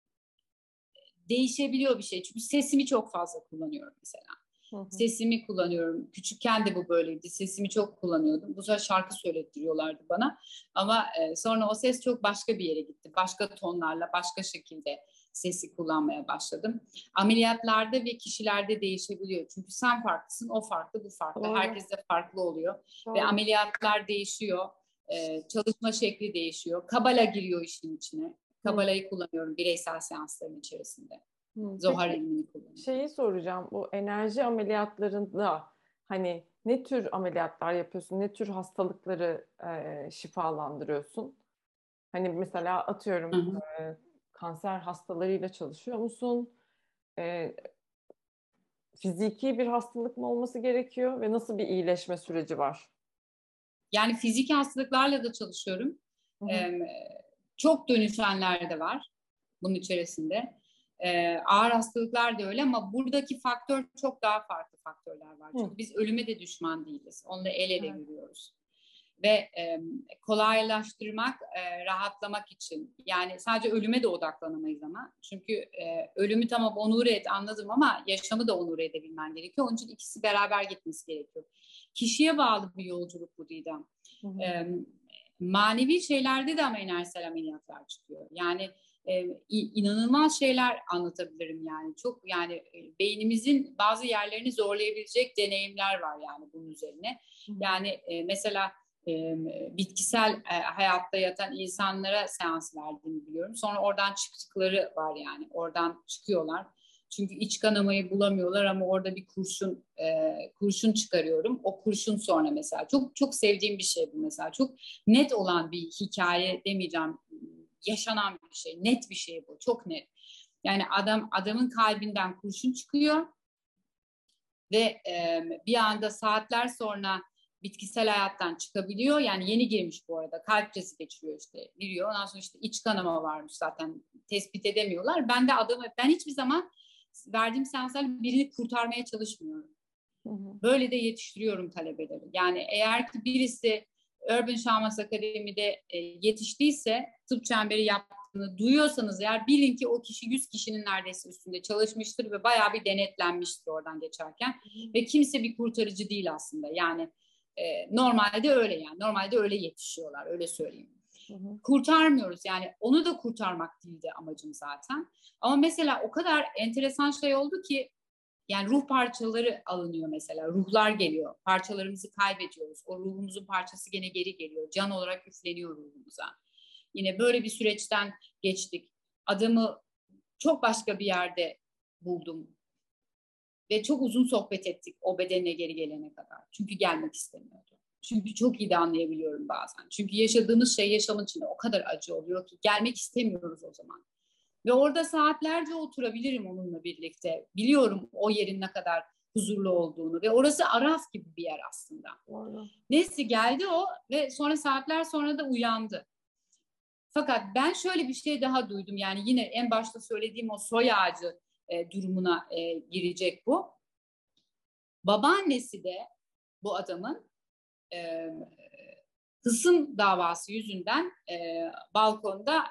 değişebiliyor bir şey. Çünkü sesimi çok fazla kullanıyorum mesela. Sesimi kullanıyorum. Küçükken de bu böyleydi. Sesimi çok kullanıyordum. Bu sefer şarkı söylettiriyorlardı bana. Ama sonra o ses çok başka bir yere gitti. Başka tonlarla, başka şekilde sesi kullanmaya başladım. Ameliyatlarda ve kişilerde değişebiliyor. Çünkü sen farklısın, o farklı, bu farklı. Doğru. Herkes de farklı oluyor. Doğru. Ve ameliyatlar değişiyor. Çalışma şekli değişiyor. Kabala giriyor işin içine. Kabala'yı kullanıyorum bireysel seansların içerisinde. Zohar Peki, ilmini kullanıyorum. şeyi soracağım. Bu enerji ameliyatlarında hani ne tür ameliyatlar yapıyorsun? Ne tür hastalıkları şifalandırıyorsun? Hani mesela atıyorum kanser hastalarıyla çalışıyor musun? E, Fiziki bir hastalık mı olması gerekiyor ve nasıl bir iyileşme süreci var? Yani fiziki hastalıklarla da çalışıyorum. Hı hı. Çok dönüşenler de var bunun içerisinde. Ağır hastalıklar da öyle ama buradaki faktör çok daha farklı faktörler var. Hı. Çünkü biz ölüme de düşman değiliz. Onunla el ele Evet. yürüyoruz. Ve kolaylaştırmak, rahatlamak için. Yani sadece ölüme de odaklanamayız ama. Çünkü ölümü tamam onur et anladım ama yaşamı da onur edebilmen gerekiyor. Onun için ikisi beraber gitmesi gerekiyor. Kişiye bağlı bir yolculuk bu Didem. Hı hı. Manevi şeylerde de ama enerjisel ameliyatlar çıkıyor. Yani inanılmaz şeyler anlatabilirim yani. Çok yani beynimizin bazı yerlerini zorlayabilecek deneyimler var yani bunun üzerine. Hı hı. Yani mesela bitkisel hayatta yatan insanlara seans verdiğini biliyorum. Sonra oradan çıktıkları var yani. Oradan çıkıyorlar. Çünkü iç kanamayı bulamıyorlar ama orada bir kurşun çıkarıyorum. O kurşun sonra mesela çok çok sevdiğim bir şey bu mesela. Çok net olan bir hikaye demeyeceğim. Yaşanan bir şey, net bir şey bu. Çok net. Yani adamın kalbinden kurşun çıkıyor ve bir anda saatler sonra bitkisel hayattan çıkabiliyor. Yani yeni girmiş bu arada. Kalp krizi geçiriyor işte. Giriyor. Ondan sonra işte iç kanama varmış zaten. Tespit edemiyorlar. Ben hiçbir zaman verdiğim seanslarla birini kurtarmaya çalışmıyorum. Hı hı. Böyle de yetiştiriyorum talebeleri. Yani eğer ki birisi Urban Şamas Akademi'de yetiştiyse, tıp çemberi yaptığını duyuyorsanız eğer bilin ki o kişi 100 kişinin neredeyse üstünde çalışmıştır ve bayağı bir denetlenmiştir oradan geçerken. Ve kimse bir kurtarıcı değil aslında. Yani normalde öyle yani. Normalde öyle yetişiyorlar, öyle söyleyeyim. Hı hı. Kurtarmıyoruz yani onu da kurtarmak değildi amacım zaten. Ama mesela o kadar enteresan şey oldu ki yani ruh parçaları alınıyor mesela. Ruhlar geliyor. Parçalarımızı kaybediyoruz. O ruhumuzun parçası gene geri geliyor. Can olarak üfleniyor ruhumuza. Yine böyle bir süreçten geçtik. Adamı çok başka bir yerde buldum. Ve çok uzun sohbet ettik o bedenine geri gelene kadar. Çünkü gelmek istemiyordu. Çünkü çok iyi de anlayabiliyorum bazen. Çünkü yaşadığımız şey yaşamın içinde o kadar acı oluyor ki gelmek istemiyoruz o zaman. Ve orada saatlerce oturabilirim onunla birlikte. Biliyorum o yerin ne kadar huzurlu olduğunu ve orası Araf gibi bir yer aslında. Doğru. Neyse geldi o ve sonra saatler sonra da uyandı. Fakat ben şöyle bir şey daha duydum. Yani yine en başta söylediğim o soy ağacı durumuna girecek bu. Babaannesi de bu adamın e, hısım davası yüzünden balkonda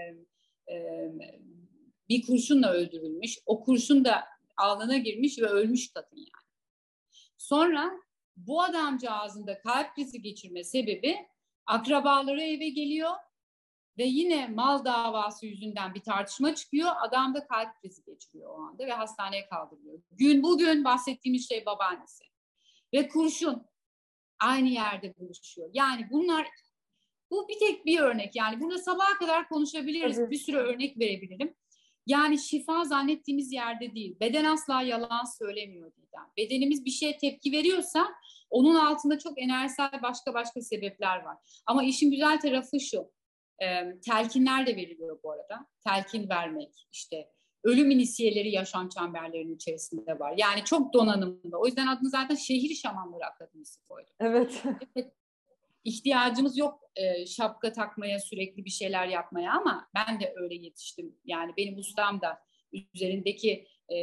bir kurşunla öldürülmüş. O kurşun da alnına girmiş ve ölmüş kadın yani. Sonra bu adamcağızın da kalp krizi geçirme sebebi akrabaları eve geliyor ve yine mal davası yüzünden bir tartışma çıkıyor. Adam da kalp krizi geçiriyor o anda ve hastaneye kaldırılıyor. Bugün bahsettiğimiz şey babaannesi. Ve kurşun aynı yerde buluşuyor. Yani bu bir tek bir örnek. Yani burada sabaha kadar konuşabiliriz. Tabii. Bir sürü örnek verebilirim. Yani şifa zannettiğimiz yerde değil. Beden asla yalan söylemiyor Didem. Bedenimiz bir şeye tepki veriyorsa onun altında çok enerjisel başka sebepler var. Ama işin güzel tarafı şu. Telkinler de veriliyor bu arada. Telkin vermek işte. Ölüm inisiyeleri yaşam çemberlerinin içerisinde var. Yani çok donanımlı. O yüzden adını zaten Şehir Şamanları Akademisi koydum. Evet. Evet, ihtiyacımız yok şapka takmaya, sürekli bir şeyler yapmaya ama ben de öyle yetiştim. Yani benim ustam da üzerindeki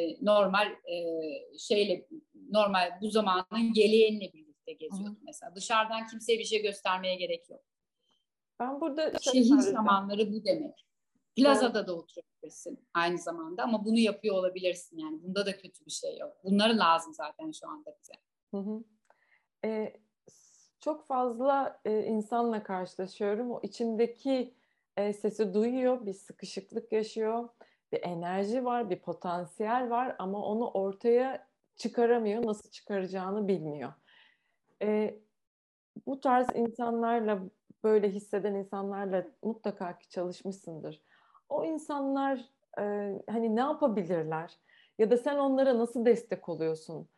normal bu zamanın yeleğinle birlikte geziyordu mesela. Dışarıdan kimseye bir şey göstermeye gerek yok. Ben burada şey Şehir söyleyeceğim. şamanları bu demek. Doğru. Plazada da oturabilirsin aynı zamanda ama bunu yapıyor olabilirsin yani. Bunda da kötü bir şey yok. Bunları lazım zaten şu anda bize. Hı hı. Çok fazla insanla karşılaşıyorum. O içindeki sesi duyuyor, bir sıkışıklık yaşıyor. bir enerji var, bir potansiyel var ama onu ortaya çıkaramıyor, nasıl çıkaracağını bilmiyor. Bu tarz insanlarla, böyle hisseden insanlarla mutlaka ki çalışmışsındır. O insanlar hani ne yapabilirler? Ya da sen onlara nasıl destek oluyorsun?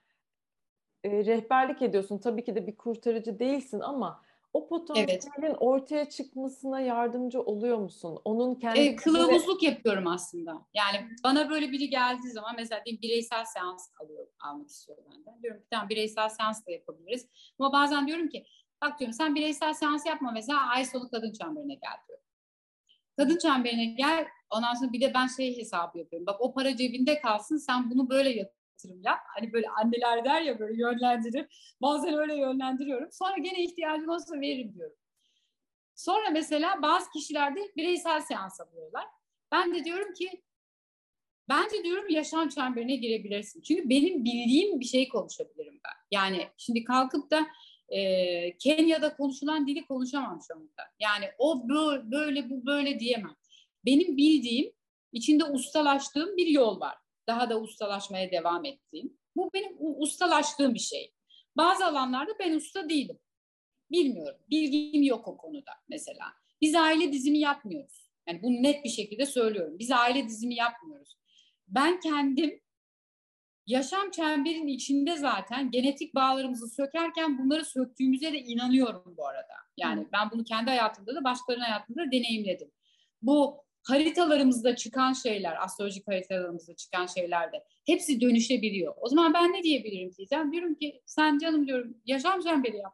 Rehberlik ediyorsun. Tabii ki de bir kurtarıcı değilsin ama o Evet. potansiyelin ortaya çıkmasına yardımcı oluyor musun? Onun kendine göre... Kılavuzluk yapıyorum aslında. Yani bana böyle biri geldiği zaman mesela diyelim bireysel seans almak istiyor benden. Diyorum ki tamam, bireysel seans da yapabiliriz. Ama bazen diyorum ki bak diyorum, sen bireysel seans yapma, mesela ay sonu kadın çemberine gel diyorum. Kadın çemberine gel, ondan sonra bir de ben şey hesabı yapıyorum. Bak, o para cebinde kalsın, sen bunu böyle yatırım yap. Hani böyle anneler der ya, böyle yönlendirir. Bazen öyle yönlendiriyorum. Sonra gene ihtiyacın olsa veririm diyorum. Sonra mesela bazı kişilerde bireysel seans alıyorlar. Ben de diyorum ki bence diyorum yaşam çemberine girebilirsin. Çünkü benim bildiğim bir şey konuşabilirim ben. Yani şimdi kalkıp da Kenya'da konuşulan dili konuşamam şu anda. Yani o böyle bu böyle diyemem. Benim bildiğim, içinde ustalaştığım bir yol var. Daha da ustalaşmaya devam ettiğim. Bu benim ustalaştığım bir şey. Bazı alanlarda ben usta değilim. Bilmiyorum. Bilgim yok o konuda mesela. Biz aile dizimi yapmıyoruz. Yani bunu net bir şekilde söylüyorum. Biz aile dizimi yapmıyoruz. Ben kendim yaşam çemberinin içinde zaten genetik bağlarımızı sökerken bunları söktüğümüze de inanıyorum bu arada. Yani ben bunu kendi hayatımda da başkalarının hayatında da deneyimledim. Bu haritalarımızda çıkan şeyler, astrolojik haritalarımızda çıkan şeyler de hepsi dönüşebiliyor. O zaman ben ne diyebilirim diyeceğim. Diyorum ki sen canım diyorum yaşam çemberi yap.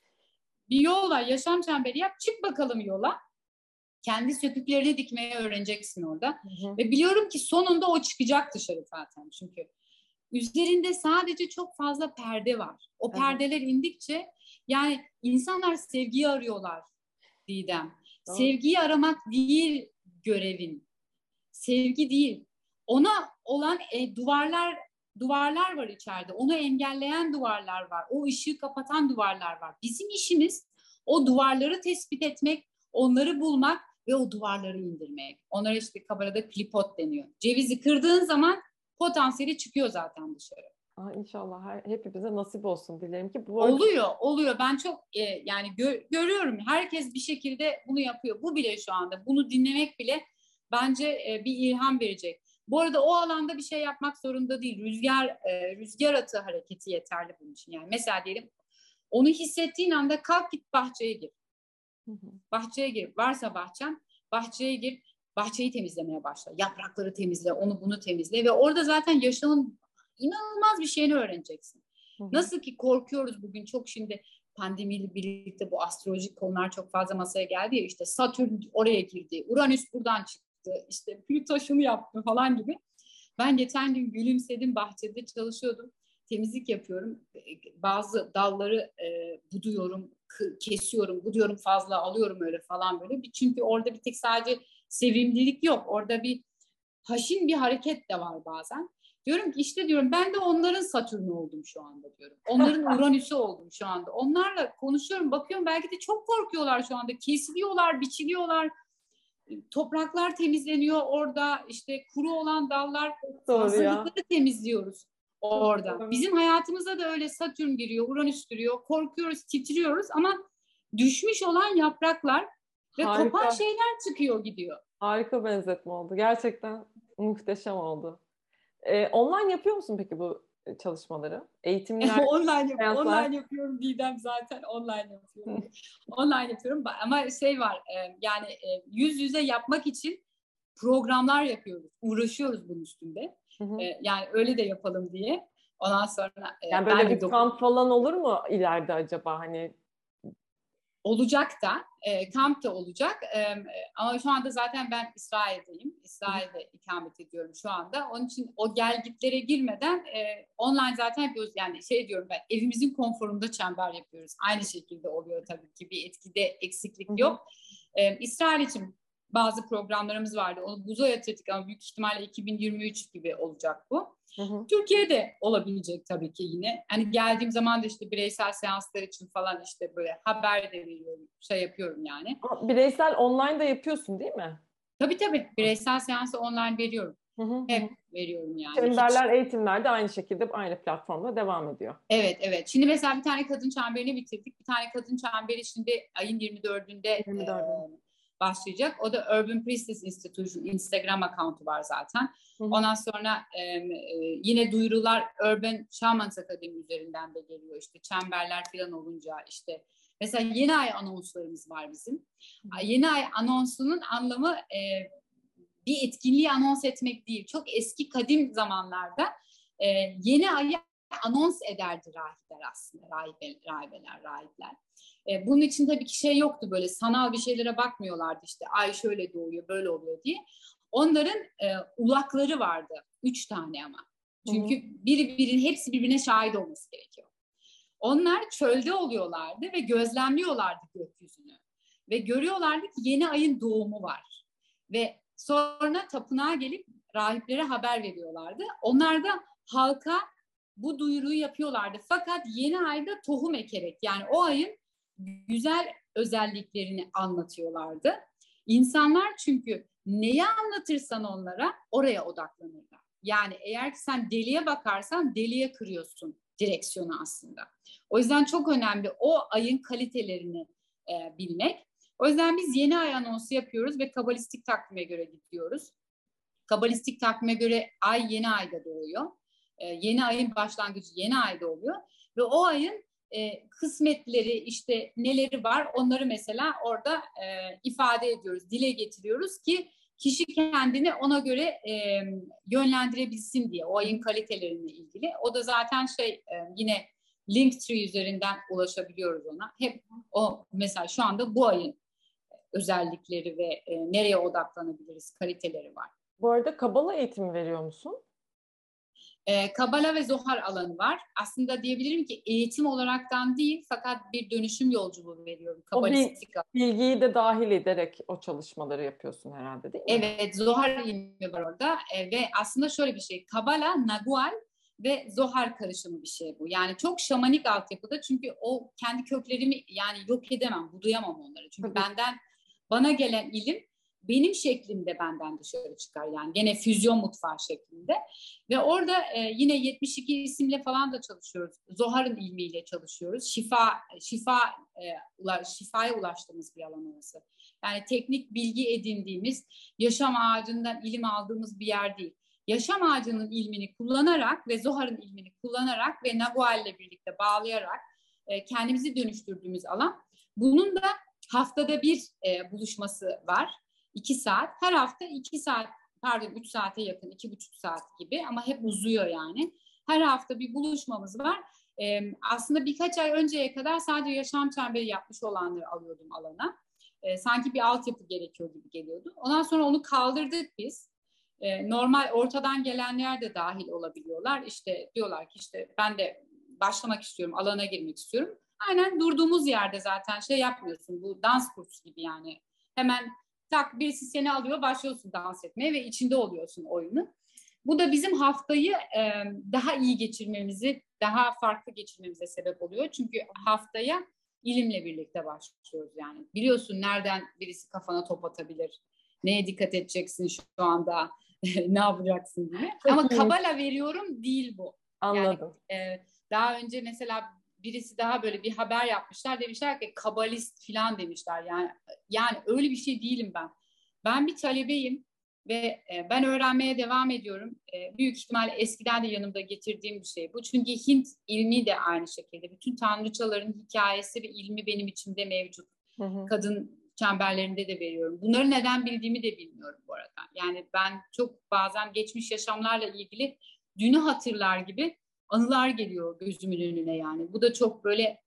Bir yolla yaşam çemberi yap, çık bakalım yola. Kendi söküklerini dikmeye öğreneceksin orada. Hı hı. Ve biliyorum ki sonunda o çıkacak dışarı zaten. Çünkü üzerinde sadece çok fazla perde var. O Evet. perdeler indikçe, yani insanlar sevgiyi arıyorlar Didem. Doğru. Sevgiyi aramak değil görevin. Sevgi değil. Ona olan duvarlar var içeride. Onu engelleyen duvarlar var. O ışığı kapatan duvarlar var. Bizim işimiz o duvarları tespit etmek, onları bulmak ve o duvarları indirmek. Onlara işte kabarada klipot deniyor. Cevizi kırdığın zaman potansiyeli çıkıyor zaten dışarı. İnşallah hepimize nasip olsun dilerim ki. Bu arada Oluyor. Ben çok yani görüyorum. Herkes bir şekilde bunu yapıyor. Bu bile şu anda. Bunu dinlemek bile bence bir ilham verecek. Bu arada o alanda bir şey yapmak zorunda değil. Rüzgar atı hareketi yeterli bunun için. Yani mesela diyelim, onu hissettiğin anda kalk git bahçeye gir. hı hı. Bahçeye gir. Varsa bahçen, bahçeye gir. Bahçeyi temizlemeye başla. Yaprakları temizle, onu bunu temizle ve orada zaten yaşamın inanılmaz bir şeyini öğreneceksin. Hı hı. Nasıl ki korkuyoruz bugün çok, şimdi pandemiyle birlikte bu astrolojik konular çok fazla masaya geldi ya, işte Satürn oraya girdi, Uranüs buradan çıktı, işte Plüto şunu yaptı falan gibi. Ben geçen gün gülümsedim, bahçede çalışıyordum. Temizlik yapıyorum. Bazı dalları buduyorum, kesiyorum, buduyorum, fazla alıyorum öyle falan böyle. Çünkü orada bir tek sadece sevimlilik yok. Orada bir haşin bir hareket de var bazen. Diyorum ki işte diyorum ben de onların Satürn'ü oldum şu anda diyorum. Onların Uranüs'ü oldum şu anda. Onlarla konuşuyorum, bakıyorum belki de çok korkuyorlar şu anda. Kesiliyorlar, biçiliyorlar. Topraklar temizleniyor orada, işte kuru olan dallar, Doğru ya. fazlalıkları temizliyoruz Çok orada. doğru. Bizim hayatımıza da öyle Satürn giriyor, Uranüs giriyor. Korkuyoruz, titriyoruz ama düşmüş olan yapraklar ve kopan Harika. şeyler çıkıyor gidiyor. Harika benzetme oldu. Gerçekten muhteşem oldu. Online yapıyor musun peki bu çalışmaları? Eğitimler, seanslar? Online yapıyorum Didem, zaten online yapıyorum. Online yapıyorum ama şey var, yani yüz yüze yapmak için programlar yapıyoruz. Uğraşıyoruz bunun üstünde. Hı hı. Yani öyle de yapalım diye. Ondan sonra Yani ben böyle de bir kamp falan olur mu ileride acaba? Hani olacak da, kamp da olacak. Ama şu anda zaten ben İsrail'deyim. İsrail'de ikamet ediyorum şu anda. Onun için o gelgitlere girmeden online zaten yapıyoruz. Yani şey diyorum ben, evimizin konforunda çember yapıyoruz. Aynı şekilde oluyor tabii ki. Bir etkide eksiklik hı hı. yok. İsrail için bazı programlarımız vardı. Onu buza yatırdık ama büyük ihtimalle 2023 gibi olacak bu. Hı hı. Türkiye'de olabilecek tabii ki yine. Hani geldiğim zaman da işte bireysel seanslar için falan işte böyle haber de veriyorum, şey yapıyorum yani. Ama bireysel online da yapıyorsun değil mi? Tabii bireysel seansı online veriyorum. Hı hı hı. Hep veriyorum yani. Çemberler eğitimler de aynı şekilde aynı platformda devam ediyor. Evet, evet. Şimdi mesela bir tane kadın çemberini bitirdik. Bir tane kadın çemberi şimdi ayın 24'ünde 24'ünde. başlayacak. O da Urban Priestess Institution Instagram account'u var zaten. Hı hı. Ondan sonra yine duyurular Urban Shamans Akademi üzerinden de geliyor. İşte çemberler falan olunca işte. Mesela yeni ay anonslarımız var bizim. Yeni ay anonsunun anlamı bir etkinliği anons etmek değil. Çok eski kadim zamanlarda yeni ayı anons ederdi rahipler aslında. Rahipler. Bunun için tabii ki şey yoktu, böyle sanal bir şeylere bakmıyorlardı işte ay şöyle doğuyor böyle oluyor diye. Onların ulakları vardı. 3 tane ama. Çünkü hepsi birbirine şahit olması gerekiyor. Onlar çölde oluyorlardı ve gözlemliyorlardı gökyüzünü. Ve görüyorlardı ki yeni ayın doğumu var. Ve sonra tapınağa gelip rahiplere haber veriyorlardı. Onlar da halka bu duyuruyu yapıyorlardı. Fakat yeni ayda tohum ekerek, yani o ayın güzel özelliklerini anlatıyorlardı. İnsanlar çünkü neyi anlatırsan onlara oraya odaklanırlar. Yani eğer ki sen deliye bakarsan deliye kırıyorsun direksiyonu aslında. O yüzden çok önemli o ayın kalitelerini bilmek. O yüzden biz yeni ay anonsu yapıyoruz ve kabalistik takvime göre gidiyoruz. Kabalistik takvime göre ay yeni ayda doğuyor. Yeni ayın başlangıcı yeni ayda oluyor. Ve o ayın kısmetleri işte neleri var onları mesela orada ifade ediyoruz, dile getiriyoruz ki kişi kendini ona göre yönlendirebilsin diye o ayın kaliteleriyle ilgili. O da zaten yine Linktree üzerinden ulaşabiliyoruz ona. Hep o mesela şu anda bu ayın özellikleri ve nereye odaklanabiliriz kaliteleri var. Bu arada Kabala eğitimi veriyor musun? Kabala ve Zohar alanı var. Aslında diyebilirim ki eğitim olaraktan değil fakat bir dönüşüm yolculuğu veriyorum. O Kabalistik alan. bilgiyi de dahil ederek o çalışmaları yapıyorsun herhalde, değil mi? Evet, Zohar ilmi var orada ve aslında şöyle bir şey. Kabala, Nagual ve Zohar karışımı bir şey bu. Yani çok şamanik altyapıda çünkü o kendi köklerimi yani yok edemem, budayamam onları. Çünkü Tabii. bana gelen ilim benim şeklimde benden dışarı çıkar. Yani gene füzyon mutfağı şeklinde. Ve orada yine 72 isimle falan da çalışıyoruz. Zohar'ın ilmiyle çalışıyoruz. Şifaya ulaştığımız bir alan orası. Yani teknik bilgi edindiğimiz, yaşam ağacından ilim aldığımız bir yer değil. Yaşam ağacının ilmini kullanarak ve Zohar'ın ilmini kullanarak ve Nagual'le birlikte bağlayarak kendimizi dönüştürdüğümüz alan. Bunun da haftada bir buluşması var. 2 saat. Her hafta 2 saat, pardon 3 saate yakın, 2,5 saat gibi ama hep uzuyor yani. Her hafta bir buluşmamız var. Aslında birkaç ay önceye kadar sadece yaşam çemberi yapmış olanları alıyordum alana. Sanki bir altyapı gerekiyor gibi geliyordu. Ondan sonra onu kaldırdık biz. Normal ortadan gelenler de dahil olabiliyorlar. İşte diyorlar ki işte ben de başlamak istiyorum, alana girmek istiyorum. Aynen durduğumuz yerde zaten şey yapmıyorsun. Bu dans kursu gibi yani. Hemen tak birisi seni alıyor, başlıyorsun dans etmeye ve içinde oluyorsun oyunu. Bu da bizim haftayı daha iyi geçirmemizi, daha farklı geçirmemize sebep oluyor. Çünkü haftaya ilimle birlikte başlıyoruz yani. Biliyorsun nereden birisi kafana top atabilir, neye dikkat edeceksin şu anda, ne yapacaksın diye. Ama kabala veriyorum değil bu. Anladım. Yani daha önce mesela birisi daha böyle bir haber yapmışlar, demişler ki kabalist falan demişler. Yani öyle bir şey değilim ben. Ben bir talebeyim ve ben öğrenmeye devam ediyorum. Büyük ihtimalle eskiden de yanımda getirdiğim bir şey bu. Çünkü Hint ilmi de aynı şekilde. Bütün tanrıçaların hikayesi ve ilmi benim içimde mevcut. Hı hı. Kadın çemberlerinde de veriyorum. Bunları neden bildiğimi de bilmiyorum bu arada. Yani ben çok bazen geçmiş yaşamlarla ilgili dünü hatırlar gibi anılar geliyor gözümün önüne yani. Bu da çok böyle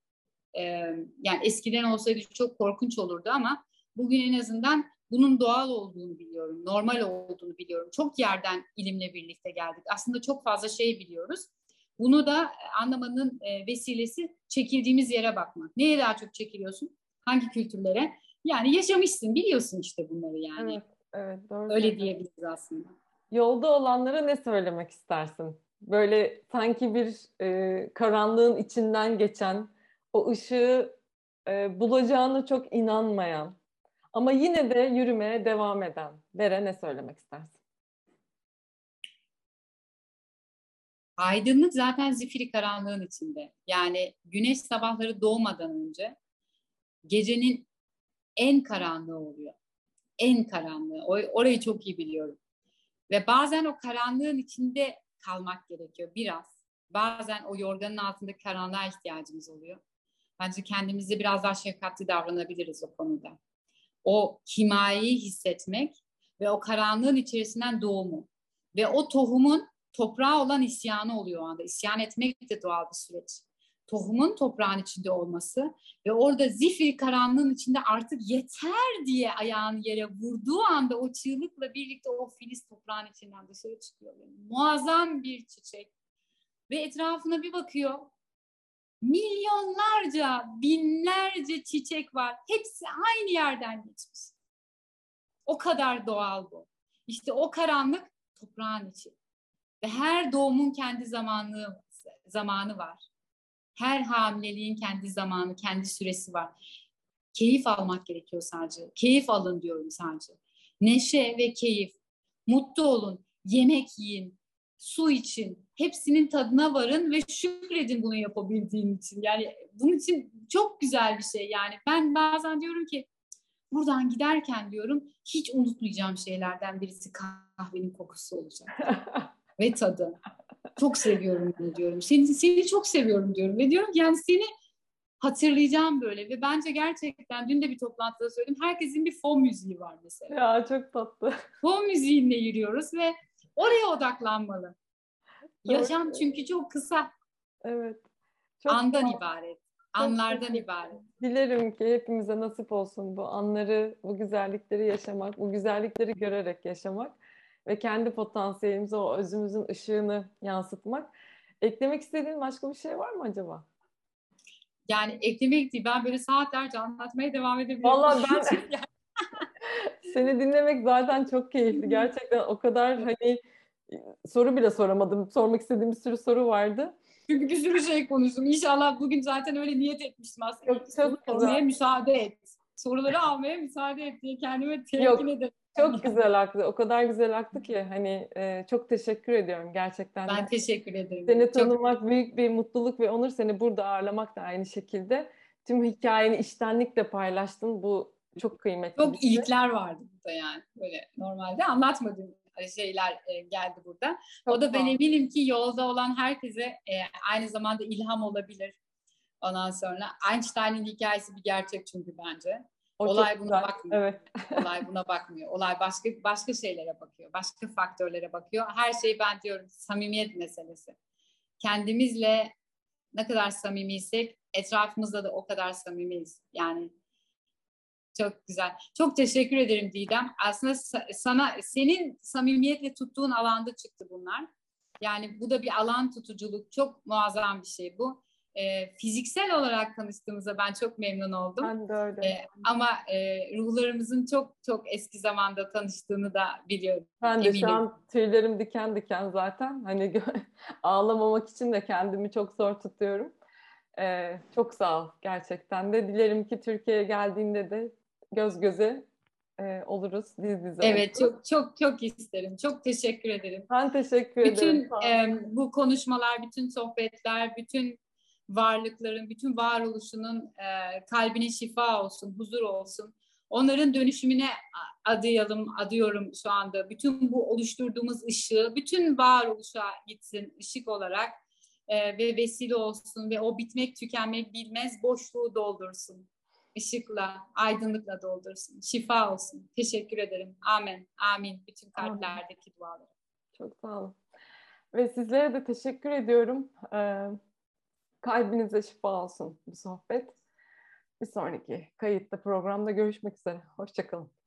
yani eskiden olsaydı çok korkunç olurdu ama bugün en azından bunun doğal olduğunu biliyorum, normal olduğunu biliyorum. Çok yerden ilimle birlikte geldik. Aslında çok fazla şey biliyoruz. Bunu da anlamanın vesilesi çekildiğimiz yere bakmak. Neye daha çok çekiliyorsun? Hangi kültürlere? Yani yaşamışsın, biliyorsun işte bunları yani. Evet, evet, doğru Öyle söylüyorsun. diyebiliriz aslında. Yolda olanlara ne söylemek istersin? Böyle sanki bir karanlığın içinden geçen, o ışığı bulacağına çok inanmayan ama yine de yürümeye devam edenlere ne söylemek istersin? Aydınlık zaten zifiri karanlığın içinde. Yani güneş sabahları doğmadan önce gecenin en karanlığı oluyor. En karanlığı. Orayı çok iyi biliyorum. Ve bazen o karanlığın içinde kalmak gerekiyor biraz. Bazen o yorganın altındaki karanlığa ihtiyacımız oluyor. Bence kendimize biraz daha şefkatli davranabiliriz o konuda. O himayeyi hissetmek ve o karanlığın içerisinden doğumu. Ve o tohumun toprağa olan isyanı oluyor o anda. İsyan etmek de doğal bir süreç. Tohumun toprağın içinde olması ve orada zifiri karanlığın içinde artık yeter diye ayağını yere vurduğu anda o çığlıkla birlikte o filiz toprağın içinden dışarı çıkıyor. Yani muazzam bir çiçek. Ve etrafına bir bakıyor. Milyonlarca, binlerce çiçek var. Hepsi aynı yerden geçmiş. O kadar doğal bu. İşte o karanlık toprağın içi. Ve her doğumun kendi zamanı var. Her hamileliğin kendi zamanı, kendi süresi var. Keyif almak gerekiyor sadece. Keyif alın diyorum sadece. Neşe ve keyif. Mutlu olun. Yemek yiyin. Su için. Hepsinin tadına varın ve şükredin bunu yapabildiğin için. Yani bunun için çok güzel bir şey. Yani ben bazen diyorum ki buradan giderken diyorum hiç unutmayacağım şeylerden birisi kahvenin kokusu olacak. Ve tadı. Çok seviyorum bunu diyorum. Seni çok seviyorum diyorum. Ve diyorum ki yani seni hatırlayacağım böyle. Ve bence gerçekten dün de bir toplantıda söyledim. Herkesin bir fon müziği var mesela. Ya çok tatlı. Fon müziğinle yürüyoruz ve oraya odaklanmalı. Yaşam Doğru. çünkü çok kısa. Evet. Çok Andan ibaret. çok Anlardan teşekkür ibaret. Dilerim ki hepimize nasip olsun bu anları, bu güzellikleri yaşamak, bu güzellikleri görerek yaşamak ve kendi potansiyelimize, o özümüzün ışığını yansıtmak. Eklemek istediğin başka bir şey var mı acaba? Yani eklemek değil. Ben böyle saatlerce anlatmaya devam edebilirim. Vallahi ben seni dinlemek zaten çok keyifli. Gerçekten o kadar hani soru bile soramadım. Sormak istediğim bir sürü soru vardı. Çünkü bir sürü şey konuştum. İnşallah bugün zaten öyle niyet etmiştim aslında. Çok çok Sormaya güzel. müsaade et. Soruları almaya müsaade et diye kendime telkin Yok, ederim. çok güzel aktı. O kadar güzel aktı ki hani çok teşekkür ediyorum gerçekten de. Ben teşekkür ederim. Seni Çok tanımak büyük bir mutluluk ve onur. Seni burada ağırlamak da aynı şekilde. Tüm hikayeni içtenlikle paylaştın. Bu çok kıymetli bir çok şey. iyilikler vardı burada yani. Böyle normalde anlatmadığım şeyler geldi burada. O Çok da ben sağ ol. eminim ki yolda olan herkese aynı zamanda ilham olabilir. Ondan sonra Einstein'ın hikayesi bir gerçek çünkü bence. O çok Olay buna güzel. bakmıyor. Evet. Olay buna bakmıyor. Olay başka şeylere bakıyor. Başka faktörlere bakıyor. Her şey ben diyorum samimiyet meselesi. Kendimizle ne kadar samimiysek etrafımızda da o kadar samimiyiz. Yani çok güzel. Çok teşekkür ederim Didem. Aslında senin samimiyetle tuttuğun alanda çıktı bunlar. Yani bu da bir alan tutuculuk. Çok muazzam bir şey bu. Fiziksel olarak tanıştığımıza ben çok memnun oldum. Ben de öyle. Ama ruhlarımızın çok çok eski zamanda tanıştığını da biliyorum. Ben de şu Eminim. an tüylerim diken diken zaten. Hani ağlamamak için de kendimi çok zor tutuyorum. Çok sağ ol gerçekten de. Dilerim ki Türkiye'ye geldiğinde de göz göze oluruz, diz dize Evet, oluruz. çok çok çok isterim. Çok teşekkür ederim. Ben teşekkür ederim. Bütün Sağ ol. bu konuşmalar, bütün sohbetler, bütün varlıkların, bütün varoluşunun kalbine şifa olsun, huzur olsun. Onların dönüşümüne adıyorum şu anda. Bütün bu oluşturduğumuz ışığı, bütün varoluşa gitsin ışık olarak ve vesile olsun ve o bitmek tükenmek bilmez boşluğu doldursun. Işıkla, aydınlıkla doldursun. Şifa olsun. Teşekkür ederim. Amin. Amin. Bütün kalplerdeki dualar. Çok sağ olun. Ve sizlere de teşekkür ediyorum. Kalbinize şifa olsun bu sohbet. Bir sonraki kayıtta programda görüşmek üzere. Hoşça kalın.